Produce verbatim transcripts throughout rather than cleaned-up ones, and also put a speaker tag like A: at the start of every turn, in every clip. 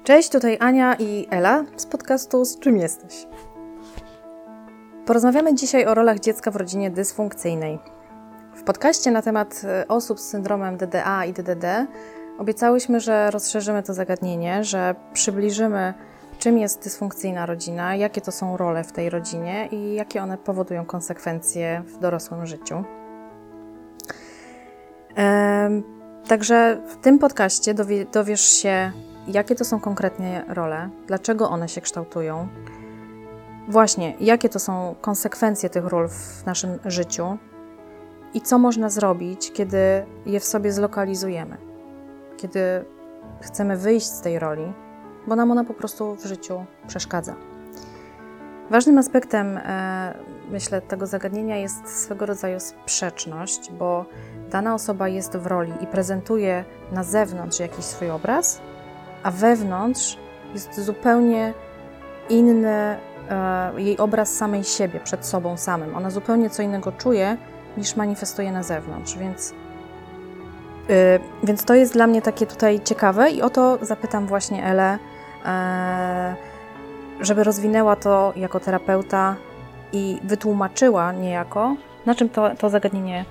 A: Cześć, tutaj Ania i Ela z podcastu Z czym jesteś? Porozmawiamy dzisiaj o rolach dziecka w rodzinie dysfunkcyjnej. W podcaście na temat osób z syndromem D D A i D D D obiecałyśmy, że rozszerzymy to zagadnienie, że przybliżymy, czym jest dysfunkcyjna rodzina, jakie to są role w tej rodzinie i jakie one powodują konsekwencje w dorosłym życiu. Ehm, także w tym podcaście dowie, dowiesz się, jakie to są konkretnie role, dlaczego one się kształtują, właśnie jakie to są konsekwencje tych ról w naszym życiu i co można zrobić, kiedy je w sobie zlokalizujemy, kiedy chcemy wyjść z tej roli, bo nam ona po prostu w życiu przeszkadza. Ważnym aspektem, e, myślę, tego zagadnienia jest swego rodzaju sprzeczność, bo dana osoba jest w roli i prezentuje na zewnątrz jakiś swój obraz, a wewnątrz jest zupełnie inny e, jej obraz samej siebie, przed sobą samym. Ona zupełnie co innego czuje, niż manifestuje na zewnątrz, więc, yy, więc to jest dla mnie takie tutaj ciekawe i o to zapytam właśnie Elę, e, żeby rozwinęła to jako terapeuta i wytłumaczyła niejako, na czym to, to zagadnienie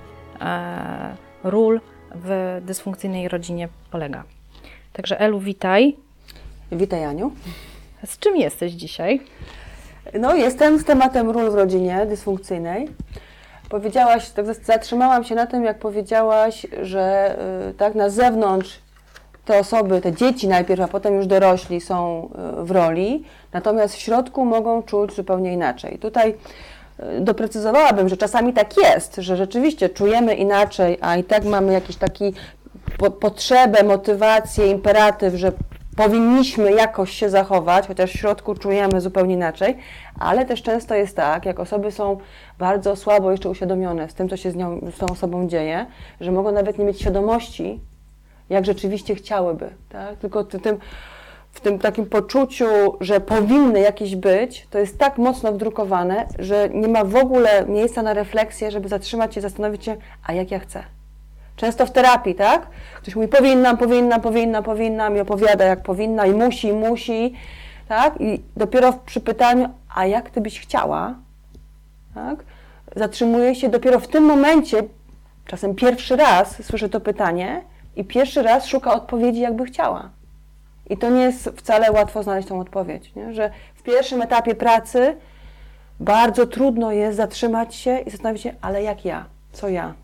A: e, ról w dysfunkcyjnej rodzinie polega. Także Elu, witaj.
B: Witaj, Aniu.
A: Z czym jesteś dzisiaj?
B: No, jestem z tematem ról w rodzinie dysfunkcyjnej. Powiedziałaś, tak zatrzymałam się na tym, jak powiedziałaś, że y, tak na zewnątrz te osoby, te dzieci najpierw, a potem już dorośli są y, w roli, natomiast w środku mogą czuć zupełnie inaczej. Tutaj y, doprecyzowałabym, że czasami tak jest, że rzeczywiście czujemy inaczej, a i tak mamy jakiś taki po, potrzebę, motywację, imperatyw, że powinniśmy jakoś się zachować, chociaż w środku czujemy zupełnie inaczej, ale też często jest tak, jak osoby są bardzo słabo jeszcze uświadomione z tym, co się z nią, z tą osobą dzieje, że mogą nawet nie mieć świadomości, jak rzeczywiście chciałyby, tak? Tylko w tym, w tym takim poczuciu, że powinny jakieś być, to jest tak mocno wdrukowane, że nie ma w ogóle miejsca na refleksję, żeby zatrzymać się, zastanowić się, a jak ja chcę. Często w terapii, tak? Ktoś mówi, powinnam, powinnam, powinnam, powinnam i opowiada, jak powinna i musi, musi, tak? I dopiero przy pytaniu, a jak ty byś chciała, tak? Zatrzymuje się dopiero w tym momencie, czasem pierwszy raz słyszy to pytanie i pierwszy raz szuka odpowiedzi, jakby chciała. I to nie jest wcale łatwo znaleźć tą odpowiedź, nie? Że w pierwszym etapie pracy bardzo trudno jest zatrzymać się i zastanowić się, ale jak ja, co ja?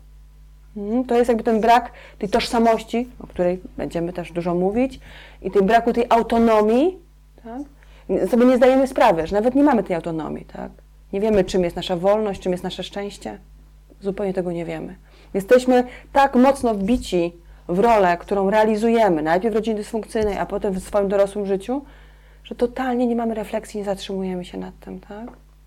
B: To jest jakby ten brak tej tożsamości, o której będziemy też dużo mówić, i tej braku tej autonomii, tak? Sobie nie zdajemy sprawy, że nawet nie mamy tej autonomii, tak? Nie wiemy, czym jest nasza wolność, czym jest nasze szczęście. Zupełnie tego nie wiemy. Jesteśmy tak mocno wbici w rolę, którą realizujemy, najpierw w rodzinie dysfunkcyjnej, a potem w swoim dorosłym życiu, że totalnie nie mamy refleksji, nie zatrzymujemy się nad tym, tak?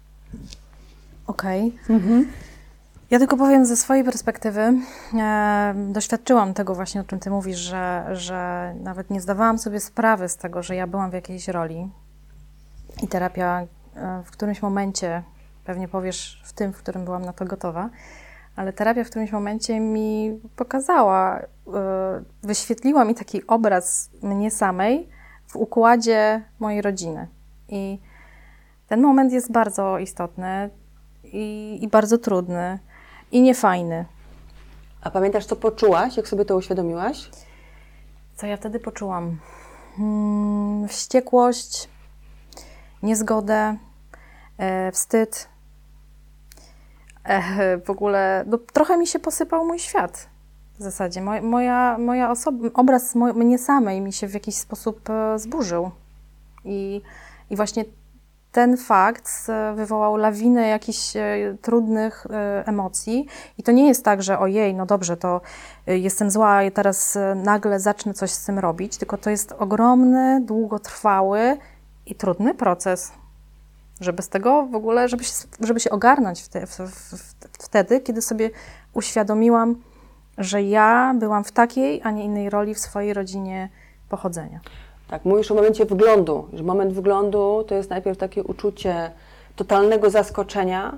A: Okej. Okay. Mhm. Ja tylko powiem ze swojej perspektywy, e, doświadczyłam tego właśnie, o czym ty mówisz, że, że nawet nie zdawałam sobie sprawy z tego, że ja byłam w jakiejś roli i terapia e, w którymś momencie, pewnie powiesz w tym, w którym byłam na to gotowa, ale terapia w którymś momencie mi pokazała, e, wyświetliła mi taki obraz mnie samej w układzie mojej rodziny. I ten moment jest bardzo istotny i, i bardzo trudny. I niefajny.
B: A pamiętasz, co poczułaś, jak sobie to uświadomiłaś?
A: Co ja wtedy poczułam? Hmm, wściekłość, niezgodę, e, wstyd. E, w ogóle no, trochę mi się posypał mój świat w zasadzie. Moja, moja, moja osoba, obraz moj, mnie samej mi się w jakiś sposób e, zburzył. I, i właśnie ten fakt wywołał lawinę jakichś trudnych emocji i to nie jest tak, że ojej, no dobrze, to jestem zła i teraz nagle zacznę coś z tym robić, tylko to jest ogromny, długotrwały i trudny proces, żeby z tego w ogóle, żeby się, żeby się ogarnąć w te, w, w, wtedy, kiedy sobie uświadomiłam, że ja byłam w takiej, a nie innej roli w swojej rodzinie pochodzenia.
B: Tak, mówisz o momencie wglądu, że moment wglądu to jest najpierw takie uczucie totalnego zaskoczenia,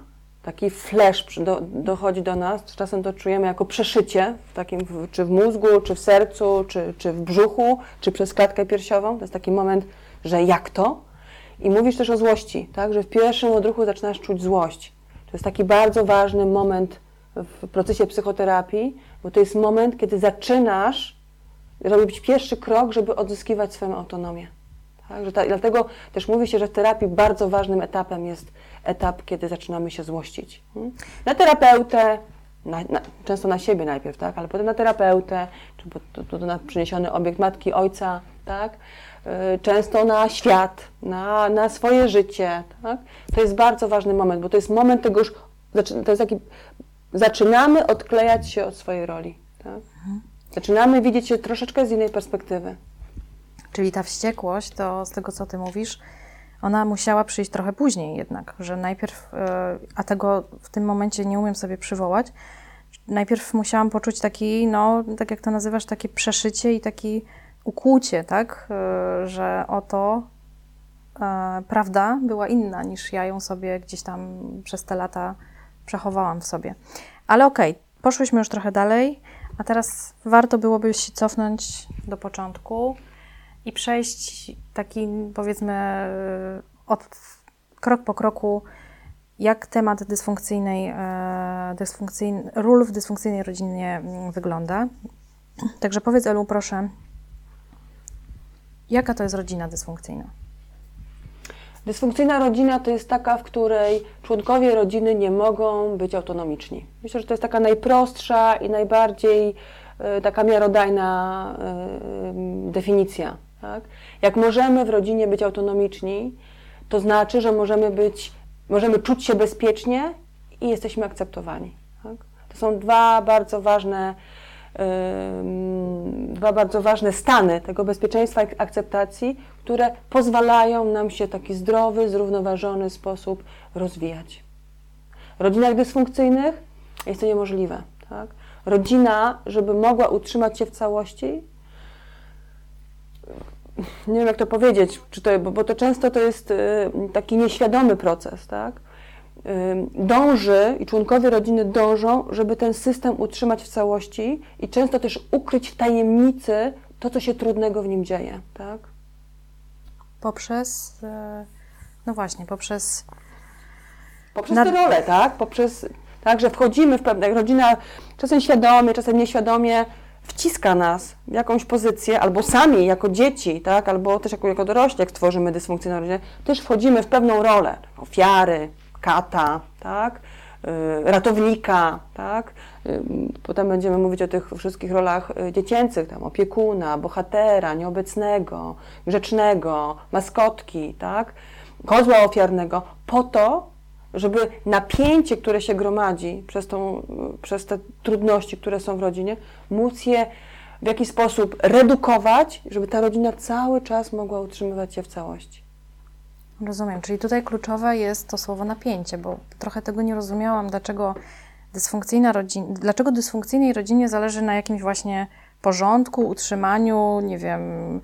B: taki flash do, dochodzi do nas, czasem to czujemy jako przeszycie, w takim, w, czy w mózgu, czy w sercu, czy, czy w brzuchu, czy przez klatkę piersiową. To jest taki moment, że jak to? I mówisz też o złości, tak? Że w pierwszym odruchu zaczynasz czuć złość. To jest taki bardzo ważny moment w procesie psychoterapii, bo to jest moment, kiedy zaczynasz robić pierwszy krok, żeby odzyskiwać swoją autonomię. Tak? Że ta, dlatego też mówi się, że w terapii bardzo ważnym etapem jest etap, kiedy zaczynamy się złościć. Hmm? Na terapeutę, na, na, często na siebie najpierw, tak? Ale potem na terapeutę, czy to, to, to na przyniesiony obiekt matki, ojca, tak? Yy, często na świat, na, na swoje życie. Tak? To jest bardzo ważny moment, bo to jest moment tego już, to jest taki, zaczynamy odklejać się od swojej roli. Tak? Mhm. Zaczynamy widzieć się troszeczkę z innej perspektywy.
A: Czyli ta wściekłość, to z tego, co Ty mówisz, ona musiała przyjść trochę później jednak, że najpierw, a tego w tym momencie nie umiem sobie przywołać, najpierw musiałam poczuć taki, no, tak jak to nazywasz, takie przeszycie i takie ukłucie, tak, że oto e, prawda była inna, niż ja ją sobie gdzieś tam przez te lata przechowałam w sobie. Ale okej, okay, poszłyśmy już trochę dalej, a teraz warto byłoby się cofnąć do początku i przejść taki, powiedzmy, od krok po kroku, jak temat dysfunkcyjnej, dysfunkcyjnej, ról w dysfunkcyjnej rodzinie wygląda. Także powiedz, Elu, proszę, jaka to jest rodzina dysfunkcyjna?
B: Dysfunkcyjna rodzina to jest taka, w której członkowie rodziny nie mogą być autonomiczni. Myślę, że to jest taka najprostsza i najbardziej y, taka miarodajna y, definicja. Tak? Jak możemy w rodzinie być autonomiczni, to znaczy, że możemy być, możemy czuć się bezpiecznie i jesteśmy akceptowani. Tak? To są dwa bardzo ważne, yy, dwa bardzo ważne stany tego bezpieczeństwa i akceptacji, które pozwalają nam się w taki zdrowy, zrównoważony sposób rozwijać. W rodzinach dysfunkcyjnych jest to niemożliwe. Tak? Rodzina, żeby mogła utrzymać się w całości, nie wiem jak to powiedzieć, czy to, bo, bo to często to jest y, taki nieświadomy proces, tak? Y, dąży i członkowie rodziny dążą, żeby ten system utrzymać w całości i często też ukryć w tajemnicy to, co się trudnego w nim dzieje, tak?
A: Poprzez, y, no właśnie, poprzez...
B: Poprzez te role, tak? Poprzez, tak, że wchodzimy w pewne, rodzina czasem świadomie, czasem nieświadomie wciska nas w jakąś pozycję, albo sami jako dzieci, tak, albo też jako, jako dorośli, jak stworzymy dysfunkcyjną rodzinę, też wchodzimy w pewną rolę ofiary, kata, tak, yy, ratownika, tak. Yy, potem będziemy mówić o tych wszystkich rolach dziecięcych, tam opiekuna, bohatera, nieobecnego, grzecznego, maskotki, tak, kozła ofiarnego, po to, żeby napięcie, które się gromadzi przez, tą, przez te trudności, które są w rodzinie, móc je w jakiś sposób redukować, żeby ta rodzina cały czas mogła utrzymywać się w całości.
A: Rozumiem, czyli tutaj kluczowe jest to słowo napięcie, bo trochę tego nie rozumiałam, dlaczego dysfunkcyjna rodzina, dlaczego dysfunkcyjnej rodzinie zależy na jakimś właśnie porządku, utrzymaniu, nie wiem,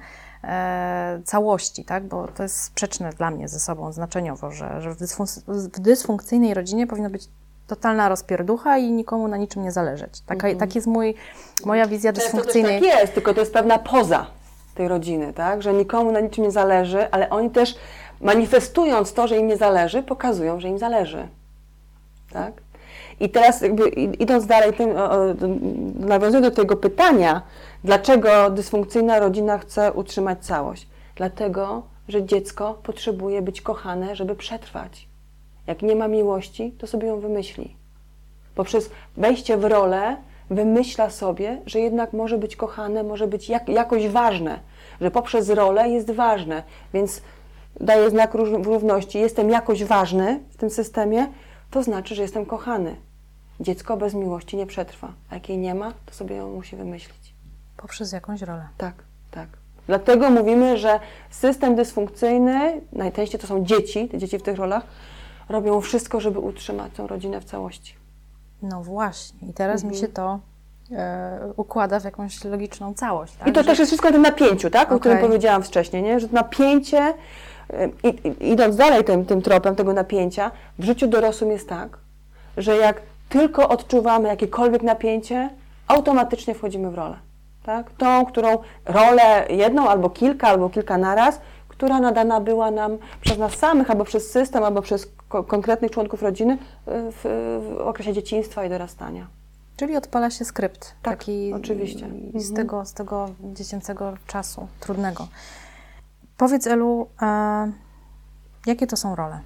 A: E, całości, tak? Bo to jest sprzeczne dla mnie ze sobą znaczeniowo, że, że w, dysfunk- w dysfunkcyjnej rodzinie powinna być totalna rozpierducha i nikomu na niczym nie zależeć. Taka, mm-hmm. Tak jest mój, moja wizja dysfunkcyjnej.
B: To tak jest, tylko to jest pewna poza tej rodziny, tak? Że nikomu na niczym nie zależy, ale oni też manifestując to, że im nie zależy, pokazują, że im zależy. Tak? I teraz jakby idąc dalej, tym, o, o, nawiązując do tego pytania, dlaczego dysfunkcyjna rodzina chce utrzymać całość? Dlatego, że dziecko potrzebuje być kochane, żeby przetrwać. Jak nie ma miłości, to sobie ją wymyśli. Poprzez wejście w rolę wymyśla sobie, że jednak może być kochane, może być jak, jakoś ważne, że poprzez rolę jest ważne, więc daje znak równości, jestem jakoś ważny w tym systemie, to znaczy, że jestem kochany. Dziecko bez miłości nie przetrwa, a jak jej nie ma, to sobie ją musi wymyślić.
A: Poprzez jakąś rolę.
B: Tak, tak. Dlatego mówimy, że system dysfunkcyjny, najczęściej to są dzieci, te dzieci w tych rolach, robią wszystko, żeby utrzymać tę rodzinę w całości.
A: No właśnie. I teraz mhm. mi się to e, układa w jakąś logiczną całość. Tak?
B: I to
A: że...
B: też jest wszystko na tym napięciu, tak? O
A: okay.
B: którym powiedziałam wcześniej, nie? Że napięcie, i, i, idąc dalej tym, tym tropem tego napięcia, w życiu dorosłym jest tak, że jak tylko odczuwamy jakiekolwiek napięcie, automatycznie wchodzimy w rolę. Tak? Tą, którą rolę jedną albo kilka, albo kilka naraz, która nadana była nam przez nas samych, albo przez system, albo przez ko- konkretnych członków rodziny w, w okresie dzieciństwa i dorastania.
A: Czyli odpala się skrypt.
B: Tak,
A: taki
B: oczywiście.
A: Z, mhm. tego, z tego dziecięcego czasu, trudnego. Powiedz, Elu, e, jakie to są role?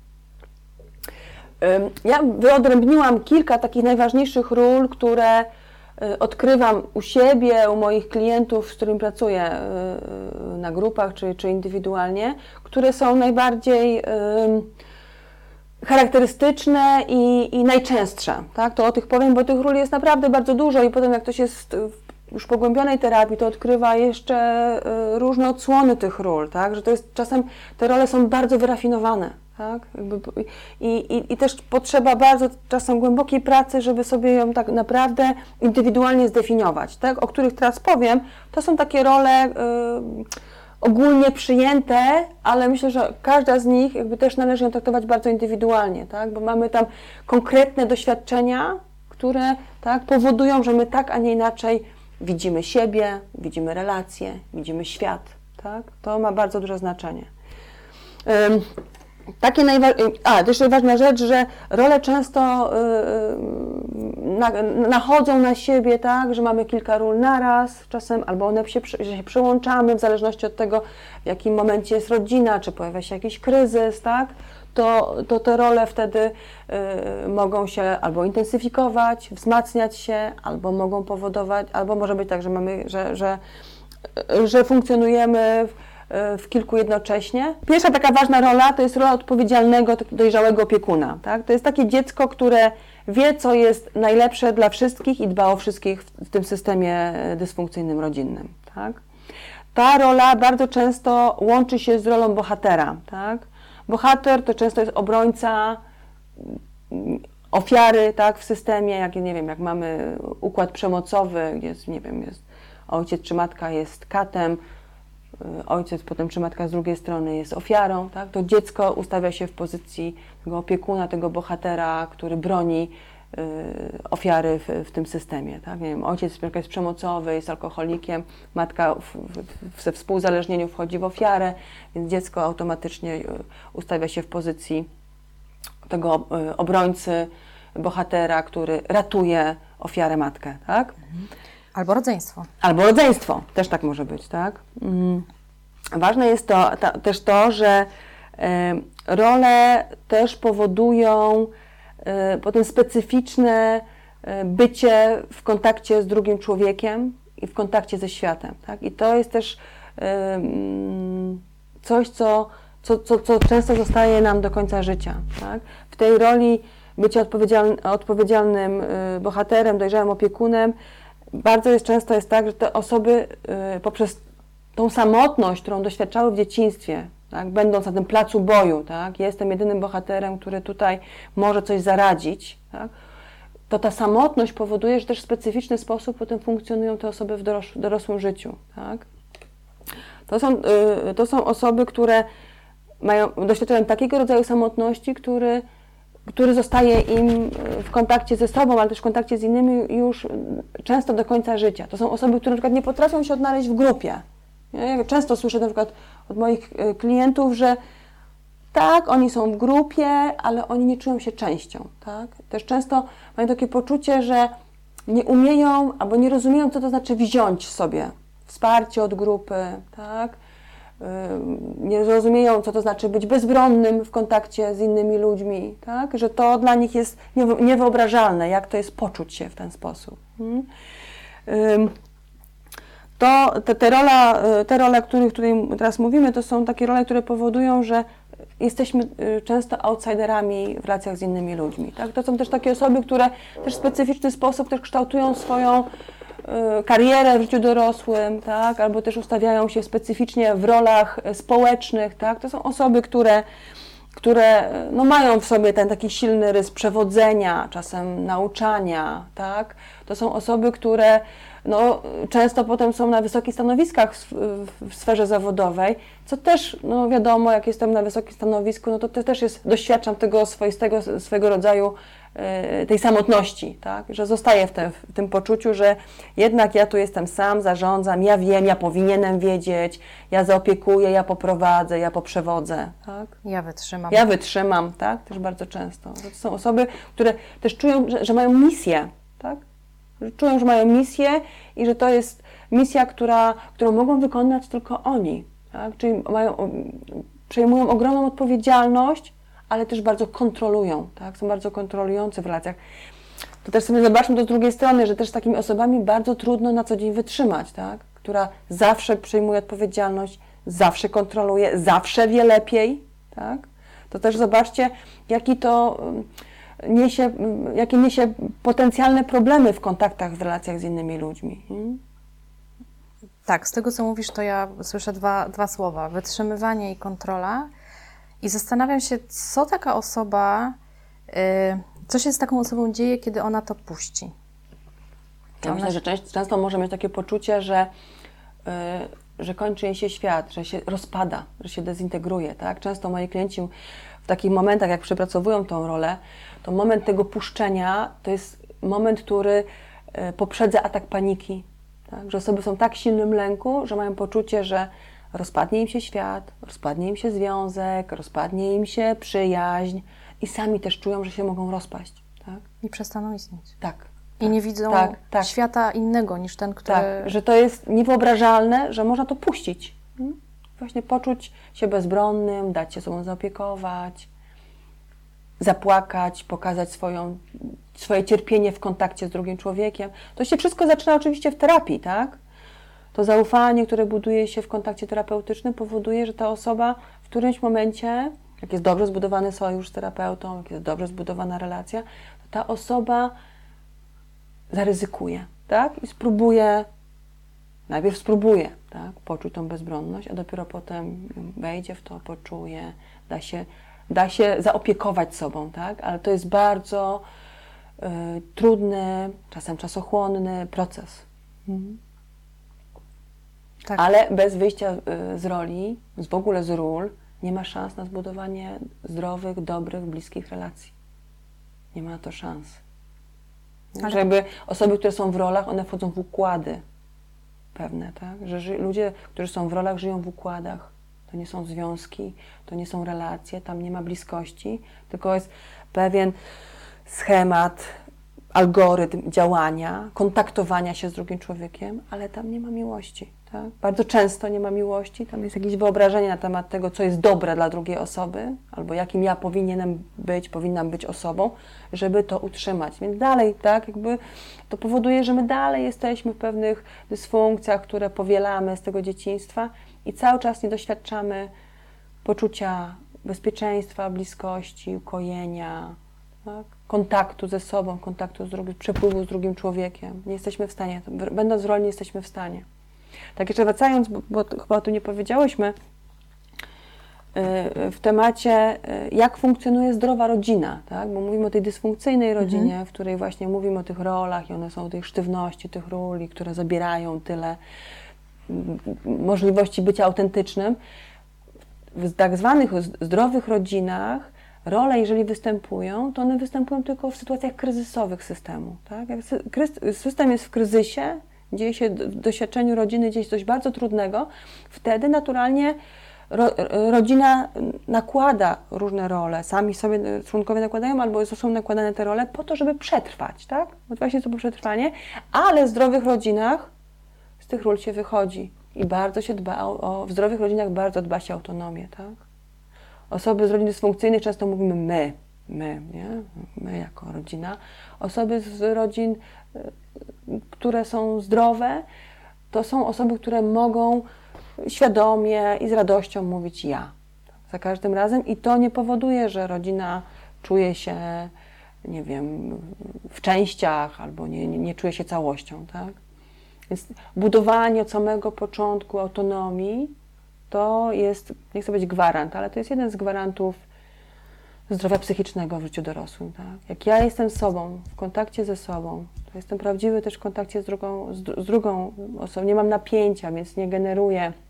B: Ja wyodrębniłam kilka takich najważniejszych ról, które odkrywam u siebie, u moich klientów, z którymi pracuję na grupach czy, czy indywidualnie, które są najbardziej charakterystyczne i, i najczęstsze. Tak? To o tych powiem, bo tych ról jest naprawdę bardzo dużo i potem jak ktoś jest w już pogłębionej terapii, to odkrywa jeszcze różne odsłony tych ról, tak? Że to jest czasem, te role są bardzo wyrafinowane. Tak? Jakby, i, i, I też potrzeba bardzo czasem głębokiej pracy, żeby sobie ją tak naprawdę indywidualnie zdefiniować, tak? O których teraz powiem. To są takie role y, ogólnie przyjęte, ale myślę, że każda z nich jakby też należy ją traktować bardzo indywidualnie, tak? Bo mamy tam konkretne doświadczenia, które tak, powodują, że my tak, a nie inaczej widzimy siebie, widzimy relacje, widzimy świat. Tak? To ma bardzo duże znaczenie. Um, Takie najwa- A, to jeszcze ważna rzecz, że role często yy, na, nachodzą na siebie, tak, że mamy kilka ról naraz, czasem albo one się, że się przyłączamy w zależności od tego, w jakim momencie jest rodzina, czy pojawia się jakiś kryzys, tak, to, to te role wtedy yy, mogą się albo intensyfikować, wzmacniać się, albo mogą powodować, albo może być tak, że mamy, że, że, że funkcjonujemy w, w kilku jednocześnie. Pierwsza taka ważna rola to jest rola odpowiedzialnego, dojrzałego opiekuna. Tak? To jest takie dziecko, które wie, co jest najlepsze dla wszystkich i dba o wszystkich w tym systemie dysfunkcyjnym rodzinnym. Tak? Ta rola bardzo często łączy się z rolą bohatera. Tak? Bohater to często jest obrońca ofiary, tak, w systemie, jak nie wiem, jak mamy układ przemocowy, gdzie jest, nie wiem, jest ojciec czy matka jest katem, ojciec, potem czy matka z drugiej strony jest ofiarą, tak? To dziecko ustawia się w pozycji tego opiekuna, tego bohatera, który broni y, ofiary w, w tym systemie. Tak? Nie wiem, ojciec jest przemocowy, jest alkoholikiem, matka w, w, we współzależnieniu wchodzi w ofiarę, więc dziecko automatycznie ustawia się w pozycji tego y, obrońcy, bohatera, który ratuje ofiarę matkę. Tak?
A: Albo rodzeństwo.
B: Albo rodzeństwo, też tak może być, tak? Mhm. Ważne jest to, ta, też to, że y, role też powodują y, potem specyficzne y, bycie w kontakcie z drugim człowiekiem i w kontakcie ze światem, tak? I to jest też y, coś, co, co, co, co często zostaje nam do końca życia, tak? W tej roli bycia odpowiedzialny, odpowiedzialnym y, bohaterem, dojrzałym opiekunem, bardzo jest często jest tak, że te osoby y, poprzez tą samotność, którą doświadczały w dzieciństwie, tak, będąc na tym placu boju, tak, jestem jedynym bohaterem, który tutaj może coś zaradzić, tak, to ta samotność powoduje, że też w specyficzny sposób potem funkcjonują te osoby w doros- dorosłym życiu. Tak. To są, y, to są osoby, które mają, doświadczają takiego rodzaju samotności, który który zostaje im w kontakcie ze sobą, ale też w kontakcie z innymi już często do końca życia. To są osoby, które na przykład nie potrafią się odnaleźć w grupie. Ja często słyszę na przykład od moich klientów, że tak, oni są w grupie, ale oni nie czują się częścią. Tak? Też często mają takie poczucie, że nie umieją albo nie rozumieją, co to znaczy wziąć sobie wsparcie od grupy, tak? Nie rozumieją, co to znaczy być bezbronnym w kontakcie z innymi ludźmi, tak? Że to dla nich jest niewyobrażalne, jak to jest poczuć się w ten sposób. To te, te, rola, te role, o których tutaj teraz mówimy, to są takie role, które powodują, że jesteśmy często outsiderami w relacjach z innymi ludźmi. Tak? To są też takie osoby, które też w specyficzny sposób też kształtują swoją karierę w życiu dorosłym, tak? Albo też ustawiają się specyficznie w rolach społecznych. Tak? To są osoby, które, które no, mają w sobie ten taki silny rys przewodzenia, czasem nauczania. Tak? To są osoby, które no, często potem są na wysokich stanowiskach w, w, w sferze zawodowej, co też, no wiadomo, jak jestem na wysokim stanowisku, no to, to też jest, doświadczam tego swoistego, swego rodzaju tej samotności, tak? Że zostaję w, te, w tym poczuciu, że jednak ja tu jestem sam, zarządzam, ja wiem, ja powinienem wiedzieć, ja zaopiekuję, ja poprowadzę, ja poprzewodzę. Tak?
A: Ja wytrzymam.
B: Ja wytrzymam, tak? Też bardzo często. To są osoby, które też czują, że, że mają misję, tak? Że czują, że mają misję i że to jest misja, która, którą mogą wykonać tylko oni. Tak? Czyli mają, przejmują ogromną odpowiedzialność, ale też bardzo kontrolują, tak? Są bardzo kontrolujący w relacjach. To też sobie zobaczmy to z drugiej strony, że też z takimi osobami bardzo trudno na co dzień wytrzymać, tak? Która zawsze przejmuje odpowiedzialność, zawsze kontroluje, zawsze wie lepiej, tak? To też zobaczcie, jaki to niesie, jakie niesie potencjalne problemy w kontaktach, w relacjach z innymi ludźmi. Hmm?
A: Tak, z tego co mówisz, to ja słyszę dwa, dwa słowa, wytrzymywanie i kontrola. I zastanawiam się, co taka osoba, yy, co się z taką osobą dzieje, kiedy ona to puści.
B: Ja myślę, że często, często może mieć takie poczucie, że, yy, że kończy jej się świat, że się rozpada, że się dezintegruje. Tak? Często moi klienci w takich momentach, jak przepracowują tą rolę, to moment tego puszczenia to jest moment, który yy, poprzedza atak paniki. Tak? Że osoby są w tak silnym lęku, że mają poczucie, że rozpadnie im się świat, rozpadnie im się związek, rozpadnie im się przyjaźń i sami też czują, że się mogą rozpaść. Tak?
A: I przestaną istnieć.
B: Tak.
A: I
B: tak,
A: nie widzą
B: tak, tak.
A: świata innego niż ten, który...
B: Tak, że to jest niewyobrażalne, że można to puścić. Hmm? Właśnie poczuć się bezbronnym, dać się sobą zaopiekować, zapłakać, pokazać swoją, swoje cierpienie w kontakcie z drugim człowiekiem. To się wszystko zaczyna oczywiście w terapii, tak? To zaufanie, które buduje się w kontakcie terapeutycznym, powoduje, że ta osoba w którymś momencie, jak jest dobrze zbudowany sojusz z terapeutą, jak jest dobrze zbudowana relacja, to ta osoba zaryzykuje, tak? I spróbuje, najpierw spróbuje, tak? Poczuć tą bezbronność, a dopiero potem wejdzie w to, poczuje, da się, da się zaopiekować sobą, tak? Ale to jest bardzo y, trudny, czasem czasochłonny proces. Mhm. Tak. Ale bez wyjścia z roli, w ogóle z ról, nie ma szans na zbudowanie zdrowych, dobrych, bliskich relacji. Nie ma na to szans. Ale... Że jakby osoby, które są w rolach, one wchodzą w układy pewne, tak? Że ży- ludzie, którzy są w rolach, żyją w układach. To nie są związki, to nie są relacje, tam nie ma bliskości, tylko jest pewien schemat, algorytm działania, kontaktowania się z drugim człowiekiem, ale tam nie ma miłości. Tak? Bardzo często nie ma miłości, tam jest jakieś wyobrażenie na temat tego, co jest dobre dla drugiej osoby, albo jakim ja powinienem być, powinnam być osobą, żeby to utrzymać. Więc dalej, tak, jakby to powoduje, że my dalej jesteśmy w pewnych dysfunkcjach, które powielamy z tego dzieciństwa i cały czas nie doświadczamy poczucia bezpieczeństwa, bliskości, ukojenia, tak? Kontaktu ze sobą, kontaktu z drugim, przepływu z drugim człowiekiem. Nie jesteśmy w stanie, będąc w roli, nie jesteśmy w stanie. Tak jeszcze wracając, bo, bo chyba o tym nie powiedziałyśmy, w temacie, jak funkcjonuje zdrowa rodzina, tak? Bo mówimy o tej dysfunkcyjnej rodzinie, mhm. w której właśnie mówimy o tych rolach i one są o tej sztywności tych ról, które zabierają tyle możliwości bycia autentycznym. W tak zwanych zdrowych rodzinach role, jeżeli występują, to one występują tylko w sytuacjach kryzysowych systemu. Tak? Jak system jest w kryzysie, dzieje się w doświadczeniu rodziny dzieje się coś bardzo trudnego, wtedy naturalnie ro, rodzina nakłada różne role, sami sobie członkowie nakładają, albo są nakładane te role po to, żeby przetrwać, tak? Bo właśnie to było przetrwanie, ale w zdrowych rodzinach z tych ról się wychodzi i bardzo się dba o, o w zdrowych rodzinach bardzo dba się o autonomię, tak? Osoby z rodzin dysfunkcyjnych często mówimy my, my, nie? My jako rodzina. Osoby z rodzin, które są zdrowe, to są osoby, które mogą świadomie i z radością mówić ja. Za każdym razem i to nie powoduje, że rodzina czuje się, nie wiem, w częściach albo nie, nie, nie czuje się całością, tak? Więc budowanie od samego początku autonomii to jest, nie chcę być gwarant, ale to jest jeden z gwarantów zdrowia psychicznego w życiu dorosłym. Tak? Jak ja jestem sobą, w kontakcie ze sobą, to jestem prawdziwy też w kontakcie z drugą, z, z drugą osobą, nie mam napięcia, więc nie generuję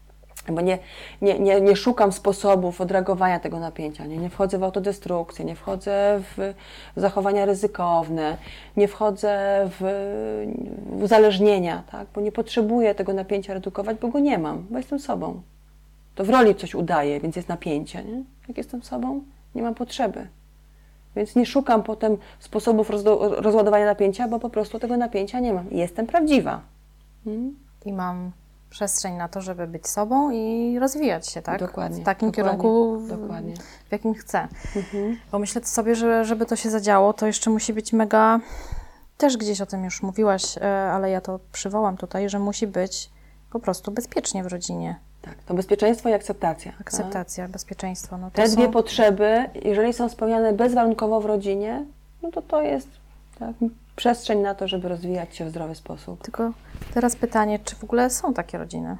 B: Bo nie, nie, nie, nie szukam sposobów odreagowania tego napięcia, nie, nie wchodzę w autodestrukcję, nie wchodzę w zachowania ryzykowne, nie wchodzę w, w uzależnienia, tak? Bo nie potrzebuję tego napięcia redukować, bo go nie mam, bo jestem sobą. To w roli coś udaje, więc jest napięcie. Nie? Jak jestem sobą, nie mam potrzeby. Więc nie szukam potem sposobów rozdo- rozładowania napięcia, bo po prostu tego napięcia nie mam. I jestem prawdziwa. Hmm?
A: I mam przestrzeń na to, żeby być sobą i rozwijać się, tak?
B: Dokładnie.
A: W takim
B: dokładnie,
A: kierunku, w,
B: dokładnie.
A: w jakim chcę.
B: Mhm.
A: Bo myślę sobie, że żeby to się zadziało, to jeszcze musi być mega, też gdzieś o tym już mówiłaś, ale ja to przywołam tutaj, że musi być po prostu bezpiecznie w rodzinie.
B: Tak, to bezpieczeństwo i akceptacja.
A: Akceptacja, tak? Bezpieczeństwo. No to
B: Te
A: są...
B: dwie potrzeby, jeżeli są spełniane bezwarunkowo w rodzinie, no to to jest tak, przestrzeń na to, żeby rozwijać się w zdrowy sposób.
A: Tylko teraz pytanie, czy w ogóle są takie rodziny?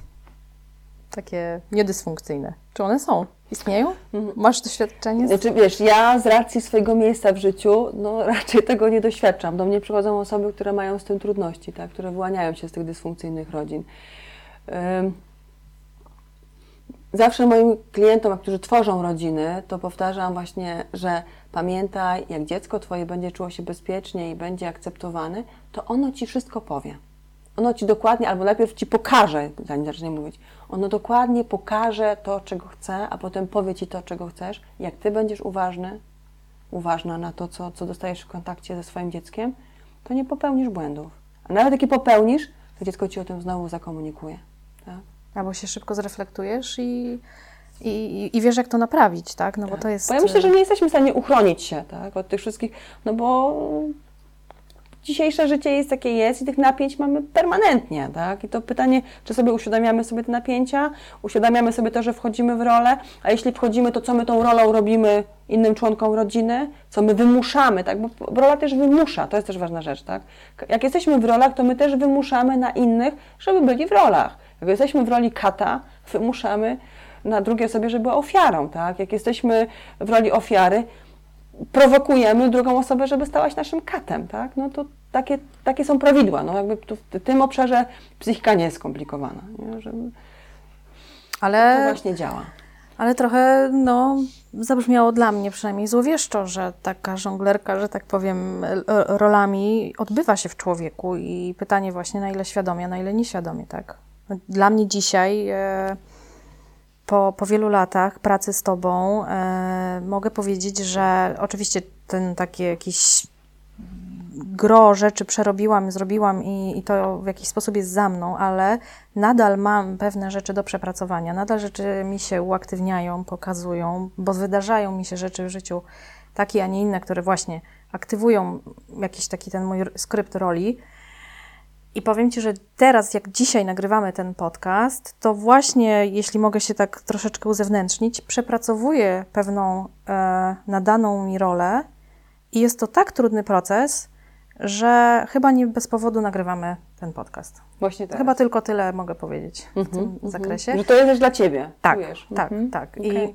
A: Takie niedysfunkcyjne. Czy one są? Istnieją? Masz doświadczenie? Z...
B: Znaczy, wiesz, ja z racji swojego miejsca w życiu, no raczej tego nie doświadczam. Do mnie przychodzą osoby, które mają z tym trudności, tak, które wyłaniają się z tych dysfunkcyjnych rodzin. Um, Zawsze moim klientom, którzy tworzą rodziny, to powtarzam właśnie, że pamiętaj, jak dziecko Twoje będzie czuło się bezpiecznie i będzie akceptowane, to ono Ci wszystko powie. Ono Ci dokładnie, albo najpierw Ci pokaże, zanim zacznie mówić, ono dokładnie pokaże to, czego chce, a potem powie Ci to, czego chcesz. Jak Ty będziesz uważny, uważna na to, co, co dostajesz w kontakcie ze swoim dzieckiem, to nie popełnisz błędów. A nawet jak je popełnisz, to dziecko Ci o tym znowu zakomunikuje. Tak?
A: Albo się szybko zreflektujesz i, i, i wiesz, jak to naprawić, tak? No
B: tak.
A: bo to jest...
B: Bo ja myślę, że nie jesteśmy w stanie uchronić się, tak, od tych wszystkich, no bo dzisiejsze życie jest jakie jest i tych napięć mamy permanentnie, tak? I to pytanie, czy sobie uświadamiamy sobie te napięcia, uświadamiamy sobie to, że wchodzimy w rolę, a jeśli wchodzimy, to co my tą rolą robimy innym członkom rodziny, co my wymuszamy, tak? Bo rola też wymusza, to jest też ważna rzecz, tak? Jak jesteśmy w rolach, to my też wymuszamy na innych, żeby byli w rolach. Jak jesteśmy w roli kata, wymuszamy na drugiej osobie, żeby była ofiarą, tak? Jak jesteśmy w roli ofiary, prowokujemy drugą osobę, żeby stała się naszym katem, tak? No to takie, takie są prawidła, no jakby tu, w tym obszarze psychika nie jest skomplikowana, nie? Że
A: ale,
B: to właśnie działa.
A: Ale trochę, no, zabrzmiało dla mnie przynajmniej złowieszczo, że taka żonglerka, że tak powiem, rolami odbywa się w człowieku i pytanie właśnie, na ile świadomie, na ile nieświadomie, tak? Dla mnie dzisiaj, e, po, po wielu latach pracy z Tobą, e, mogę powiedzieć, że oczywiście ten taki jakiś gro rzeczy przerobiłam, zrobiłam i, i to w jakiś sposób jest za mną, ale nadal mam pewne rzeczy do przepracowania, nadal rzeczy mi się uaktywniają, pokazują, bo wydarzają mi się rzeczy w życiu takie, a nie inne, które właśnie aktywują jakiś taki ten mój skrypt roli. I powiem Ci, że teraz, jak dzisiaj nagrywamy ten podcast, to właśnie, jeśli mogę się tak troszeczkę uzewnętrznić, przepracowuję pewną e, nadaną mi rolę i jest to tak trudny proces, że chyba nie bez powodu nagrywamy ten podcast.
B: Właśnie tak.
A: Chyba tylko tyle mogę powiedzieć w
B: mm-hmm,
A: tym
B: mm-hmm.
A: zakresie.
B: Że to jest też dla Ciebie.
A: Tak,
B: czujesz.
A: tak,
B: mm-hmm.
A: tak.
B: Okay.
A: I,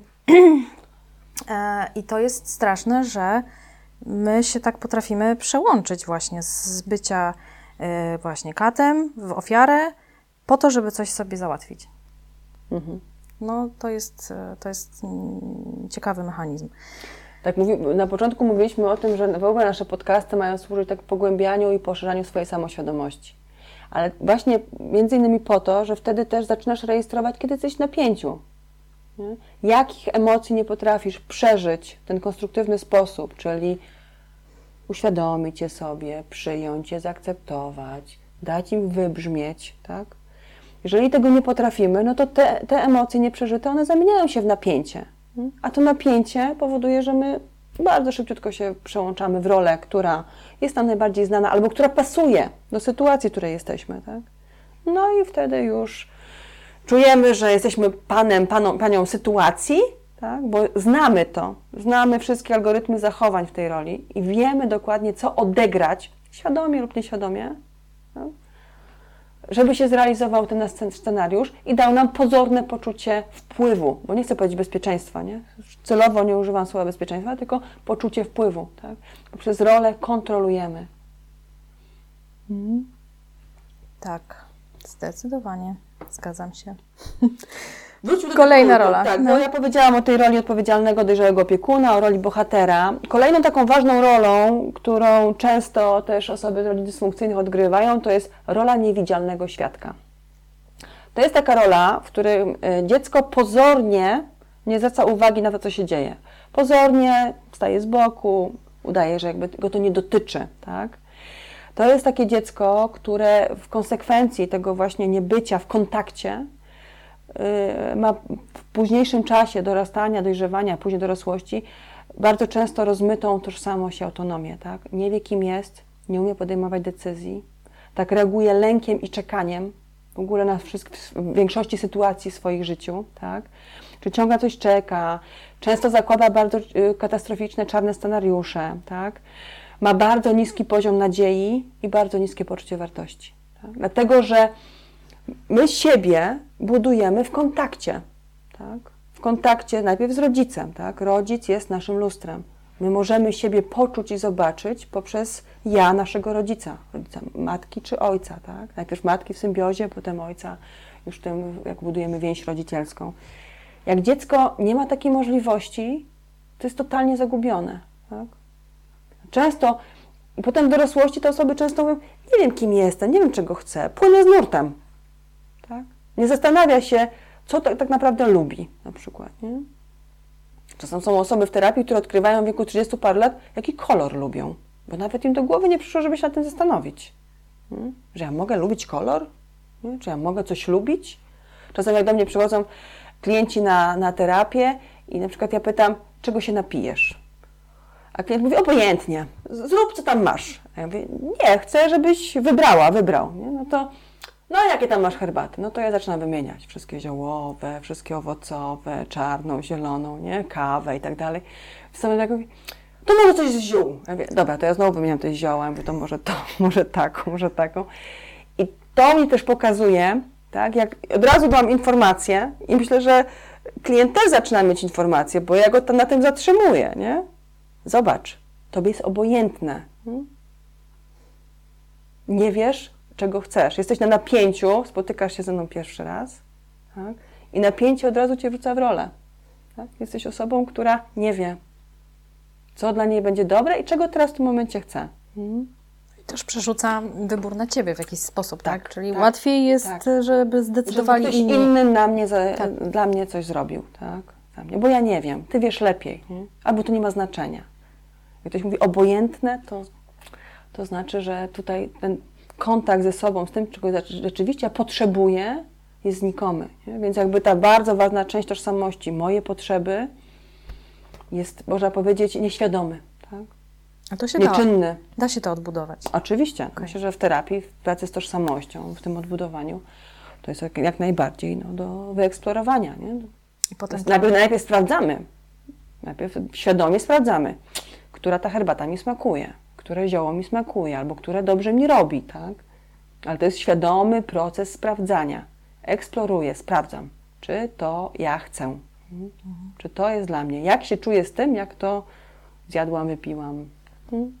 A: e, I to jest straszne, że my się tak potrafimy przełączyć właśnie z bycia e, właśnie katem w ofiarę po to, żeby coś sobie załatwić.
B: Mm-hmm.
A: No to jest, to jest ciekawy mechanizm.
B: Tak, mówi, na początku mówiliśmy o tym, że w ogóle nasze podcasty mają służyć tak pogłębianiu i poszerzaniu swojej samoświadomości. Ale właśnie między innymi po to, że wtedy też zaczynasz rejestrować, kiedy jesteś w napięciu. Nie? Jakich emocji nie potrafisz przeżyć w ten konstruktywny sposób, czyli uświadomić je sobie, przyjąć je, zaakceptować, dać im wybrzmieć, tak? Jeżeli tego nie potrafimy, no to te, te emocje nieprzeżyte, one zamieniają się w napięcie. A to napięcie powoduje, że my bardzo szybciutko się przełączamy w rolę, która jest nam najbardziej znana albo która pasuje do sytuacji, w której jesteśmy, tak? No i wtedy już czujemy, że jesteśmy panem, paną, panią sytuacji, tak? Bo znamy to, znamy wszystkie algorytmy zachowań w tej roli i wiemy dokładnie, co odegrać, świadomie lub nieświadomie, tak? Żeby się zrealizował ten scenariusz i dał nam pozorne poczucie wpływu, bo nie chcę powiedzieć bezpieczeństwa, nie? Celowo nie używam słowa bezpieczeństwa, tylko poczucie wpływu, tak? Przez rolę kontrolujemy.
A: Mhm. Tak, zdecydowanie. Zgadzam się.
B: Wróćmy
A: Kolejna
B: do
A: rola.
B: Tak,
A: no.
B: no ja powiedziałam o tej roli odpowiedzialnego, dojrzałego opiekuna, o roli bohatera. Kolejną taką ważną rolą, którą często też osoby z rodzin dysfunkcyjnych odgrywają, to jest rola niewidzialnego świadka. To jest taka rola, w której dziecko pozornie nie zwraca uwagi na to, co się dzieje. Pozornie staje z boku, udaje, że jakby go to nie dotyczy, tak? To jest takie dziecko, które w konsekwencji tego właśnie niebycia w kontakcie yy, ma w późniejszym czasie dorastania, dojrzewania, później dorosłości bardzo często rozmytą tożsamość i autonomię, tak? Nie wie, kim jest, nie umie podejmować decyzji, tak reaguje lękiem i czekaniem w ogóle na wszystko, w większości sytuacji w swoich życiu, tak? Czy ciągle coś czeka, często zakłada bardzo y, katastroficzne, czarne scenariusze, tak? Ma bardzo niski poziom nadziei i bardzo niskie poczucie wartości. Tak? Dlatego, że my siebie budujemy w kontakcie, tak? W kontakcie najpierw z rodzicem, tak? Rodzic jest naszym lustrem. My możemy siebie poczuć i zobaczyć poprzez ja naszego rodzica, rodzica matki czy ojca, tak? Najpierw matki w symbiozie, potem ojca, już tym, jak budujemy więź rodzicielską. Jak dziecko nie ma takiej możliwości, to jest totalnie zagubione, tak? Często, i potem w dorosłości te osoby często mówią, nie wiem, kim jestem, nie wiem, czego chcę, płynę z nurtem, tak? Nie zastanawia się, co tak, tak naprawdę lubi, na przykład, nie? Czasem są osoby w terapii, które odkrywają w wieku trzydziestu paru lat, jaki kolor lubią, bo nawet im do głowy nie przyszło, żeby się nad tym zastanowić. Nie? Że ja mogę lubić kolor? Nie? Czy ja mogę coś lubić? Czasem jak do mnie przychodzą klienci na, na terapię i na przykład ja pytam, czego się napijesz? A klient mówi, obojętnie, zrób, co tam masz. A ja mówię, nie, chcę, żebyś wybrała, wybrał. Nie? No to, no jakie tam masz herbaty? No to ja zaczynam wymieniać wszystkie ziołowe, wszystkie owocowe, czarną, zieloną, nie? Kawę i tak dalej. Sam tak mówi, to może coś z ziół. Ja mówię, dobra, to ja znowu wymieniam te zioła, ja mówię, to może to, może taką, może taką. I to mi też pokazuje, tak, jak od razu dałam informację i myślę, że klient też zaczyna mieć informację, bo ja go tam na tym zatrzymuję, nie? Zobacz, tobie jest obojętne. Nie wiesz, czego chcesz. Jesteś na napięciu, spotykasz się ze mną pierwszy raz, tak? I napięcie od razu cię wrzuca w rolę. Tak? Jesteś osobą, która nie wie, co dla niej będzie dobre i czego teraz w tym momencie chce. Hmm?
A: I też przerzuca wybór na ciebie w jakiś sposób, tak?
B: Tak,
A: Czyli
B: tak,
A: łatwiej jest,
B: tak.
A: żeby zdecydowali
B: żeby ktoś
A: inni.
B: inny na mnie za,
A: Tak.
B: dla mnie coś zrobił, tak? Za mnie. Bo ja nie wiem, ty wiesz lepiej, nie? Albo to nie ma znaczenia. Jak ktoś mówi obojętne, to, to znaczy, że tutaj ten kontakt ze sobą, z tym, czego rzeczywiście ja potrzebuję, jest znikomy. Nie? Więc jakby ta bardzo ważna część tożsamości, moje potrzeby, jest, można powiedzieć, nieświadomy, tak?
A: A to się da,
B: Nieczynny.
A: da się to odbudować.
B: Oczywiście.
A: Okay.
B: Myślę, że w terapii, w pracy z tożsamością, w tym odbudowaniu, to jest jak, jak najbardziej no, do wyeksplorowania. Nie?
A: I potem
B: Najpierw, najpierw sprawdzamy, najpierw świadomie sprawdzamy, która ta herbata mi smakuje, które zioło mi smakuje, albo które dobrze mi robi, tak? Ale to jest świadomy proces sprawdzania. Eksploruję, sprawdzam, czy to ja chcę, mhm. czy to jest dla mnie, jak się czuję z tym, jak to zjadłam, wypiłam. Mhm.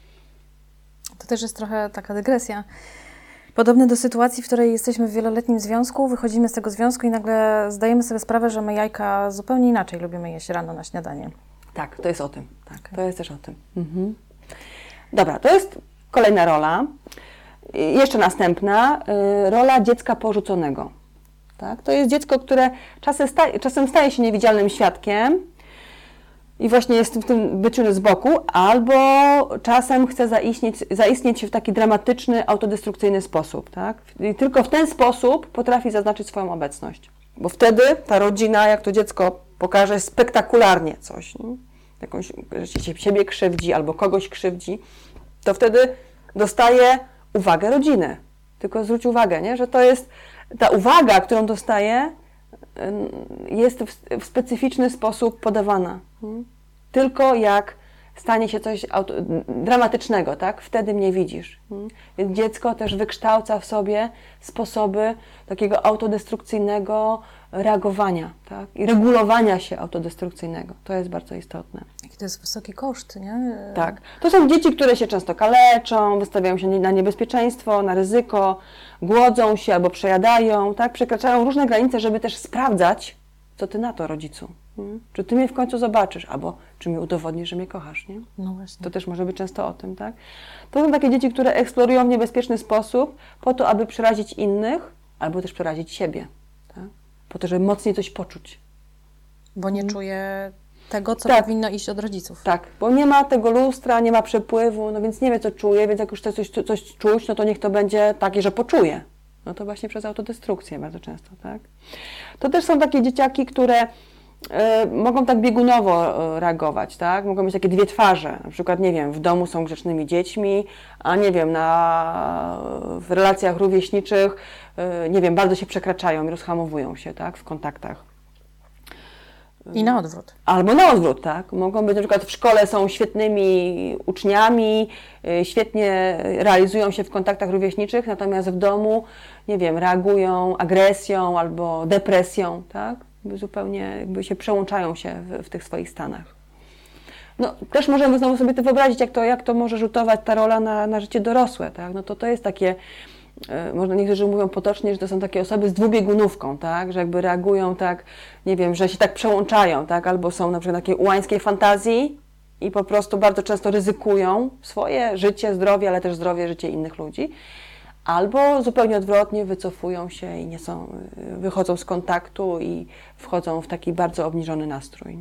A: To też jest trochę taka dygresja. Podobne do sytuacji, w której jesteśmy w wieloletnim związku, wychodzimy z tego związku i nagle zdajemy sobie sprawę, że my jajka zupełnie inaczej lubimy jeść rano na śniadanie.
B: Tak, to jest o tym. Tak, okay. To jest też o tym. Mhm. Dobra, to jest kolejna rola. Jeszcze następna, y, rola dziecka porzuconego. Tak? To jest dziecko, które czasem staje, czasem staje się niewidzialnym świadkiem i właśnie jest w tym byciu z boku, albo czasem chce zaistnieć, zaistnieć w taki dramatyczny, autodestrukcyjny sposób. Tak? I tylko w ten sposób potrafi zaznaczyć swoją obecność. Bo wtedy ta rodzina, jak to dziecko pokaże spektakularnie coś, nie? Jakąś, że siebie krzywdzi albo kogoś krzywdzi, to wtedy dostaje uwagę rodziny. Tylko zwróć uwagę, nie? Że to jest ta uwaga, którą dostaje, jest w, w specyficzny sposób podawana. Nie? Tylko jak stanie się coś auto, dramatycznego, tak? Wtedy mnie widzisz. Nie? Więc dziecko też wykształca w sobie sposoby takiego autodestrukcyjnego reagowania, tak? I regulowania się autodestrukcyjnego. To jest bardzo istotne.
A: Jaki to jest wysoki koszt, nie?
B: Tak. To są dzieci, które się często kaleczą, wystawiają się na niebezpieczeństwo, na ryzyko, głodzą się albo przejadają, tak? Przekraczają różne granice, żeby też sprawdzać, co ty na to, rodzicu. Hmm? Czy ty mnie w końcu zobaczysz, albo czy mi udowodnisz, że mnie kochasz, nie?
A: No właśnie.
B: To też może być często o tym, tak? To są takie dzieci, które eksplorują w niebezpieczny sposób po to, aby przerazić innych, albo też przerazić siebie, tak? Po to, żeby mocniej coś poczuć.
A: Bo nie czuje tego, co
B: Tak.
A: powinno iść od rodziców.
B: Tak, bo nie ma tego lustra, nie ma przepływu, no więc nie wie, co czuje, więc jak już chce coś, coś czuć, no to niech to będzie takie, że poczuje. No to właśnie przez autodestrukcję bardzo często, tak? To też są takie dzieciaki, które y, mogą tak biegunowo y, reagować, tak? Mogą mieć takie dwie twarze, na przykład, nie wiem, w domu są grzecznymi dziećmi, a nie wiem, na, w relacjach rówieśniczych, y, nie wiem, bardzo się przekraczają i rozhamowują się, tak? W kontaktach.
A: I na odwrót.
B: Albo na odwrót, tak. Mogą być na przykład w szkole są świetnymi uczniami, yy, świetnie realizują się w kontaktach rówieśniczych, natomiast w domu, nie wiem, reagują agresją albo depresją, tak. Zupełnie jakby się przełączają się w, w tych swoich stanach. No, też możemy znowu sobie to wyobrazić, jak to, jak to może rzutować ta rola na, na życie dorosłe, tak. No to to jest takie, można, niektórzy mówią potocznie, że to są takie osoby z dwubiegunówką, tak, że jakby reagują tak, nie wiem, że się tak przełączają, tak, albo są na przykład takiej ułańskiej fantazji i po prostu bardzo często ryzykują swoje życie, zdrowie, ale też zdrowie, życie innych ludzi, albo zupełnie odwrotnie wycofują się i nie są, wychodzą z kontaktu i wchodzą w taki bardzo obniżony nastrój.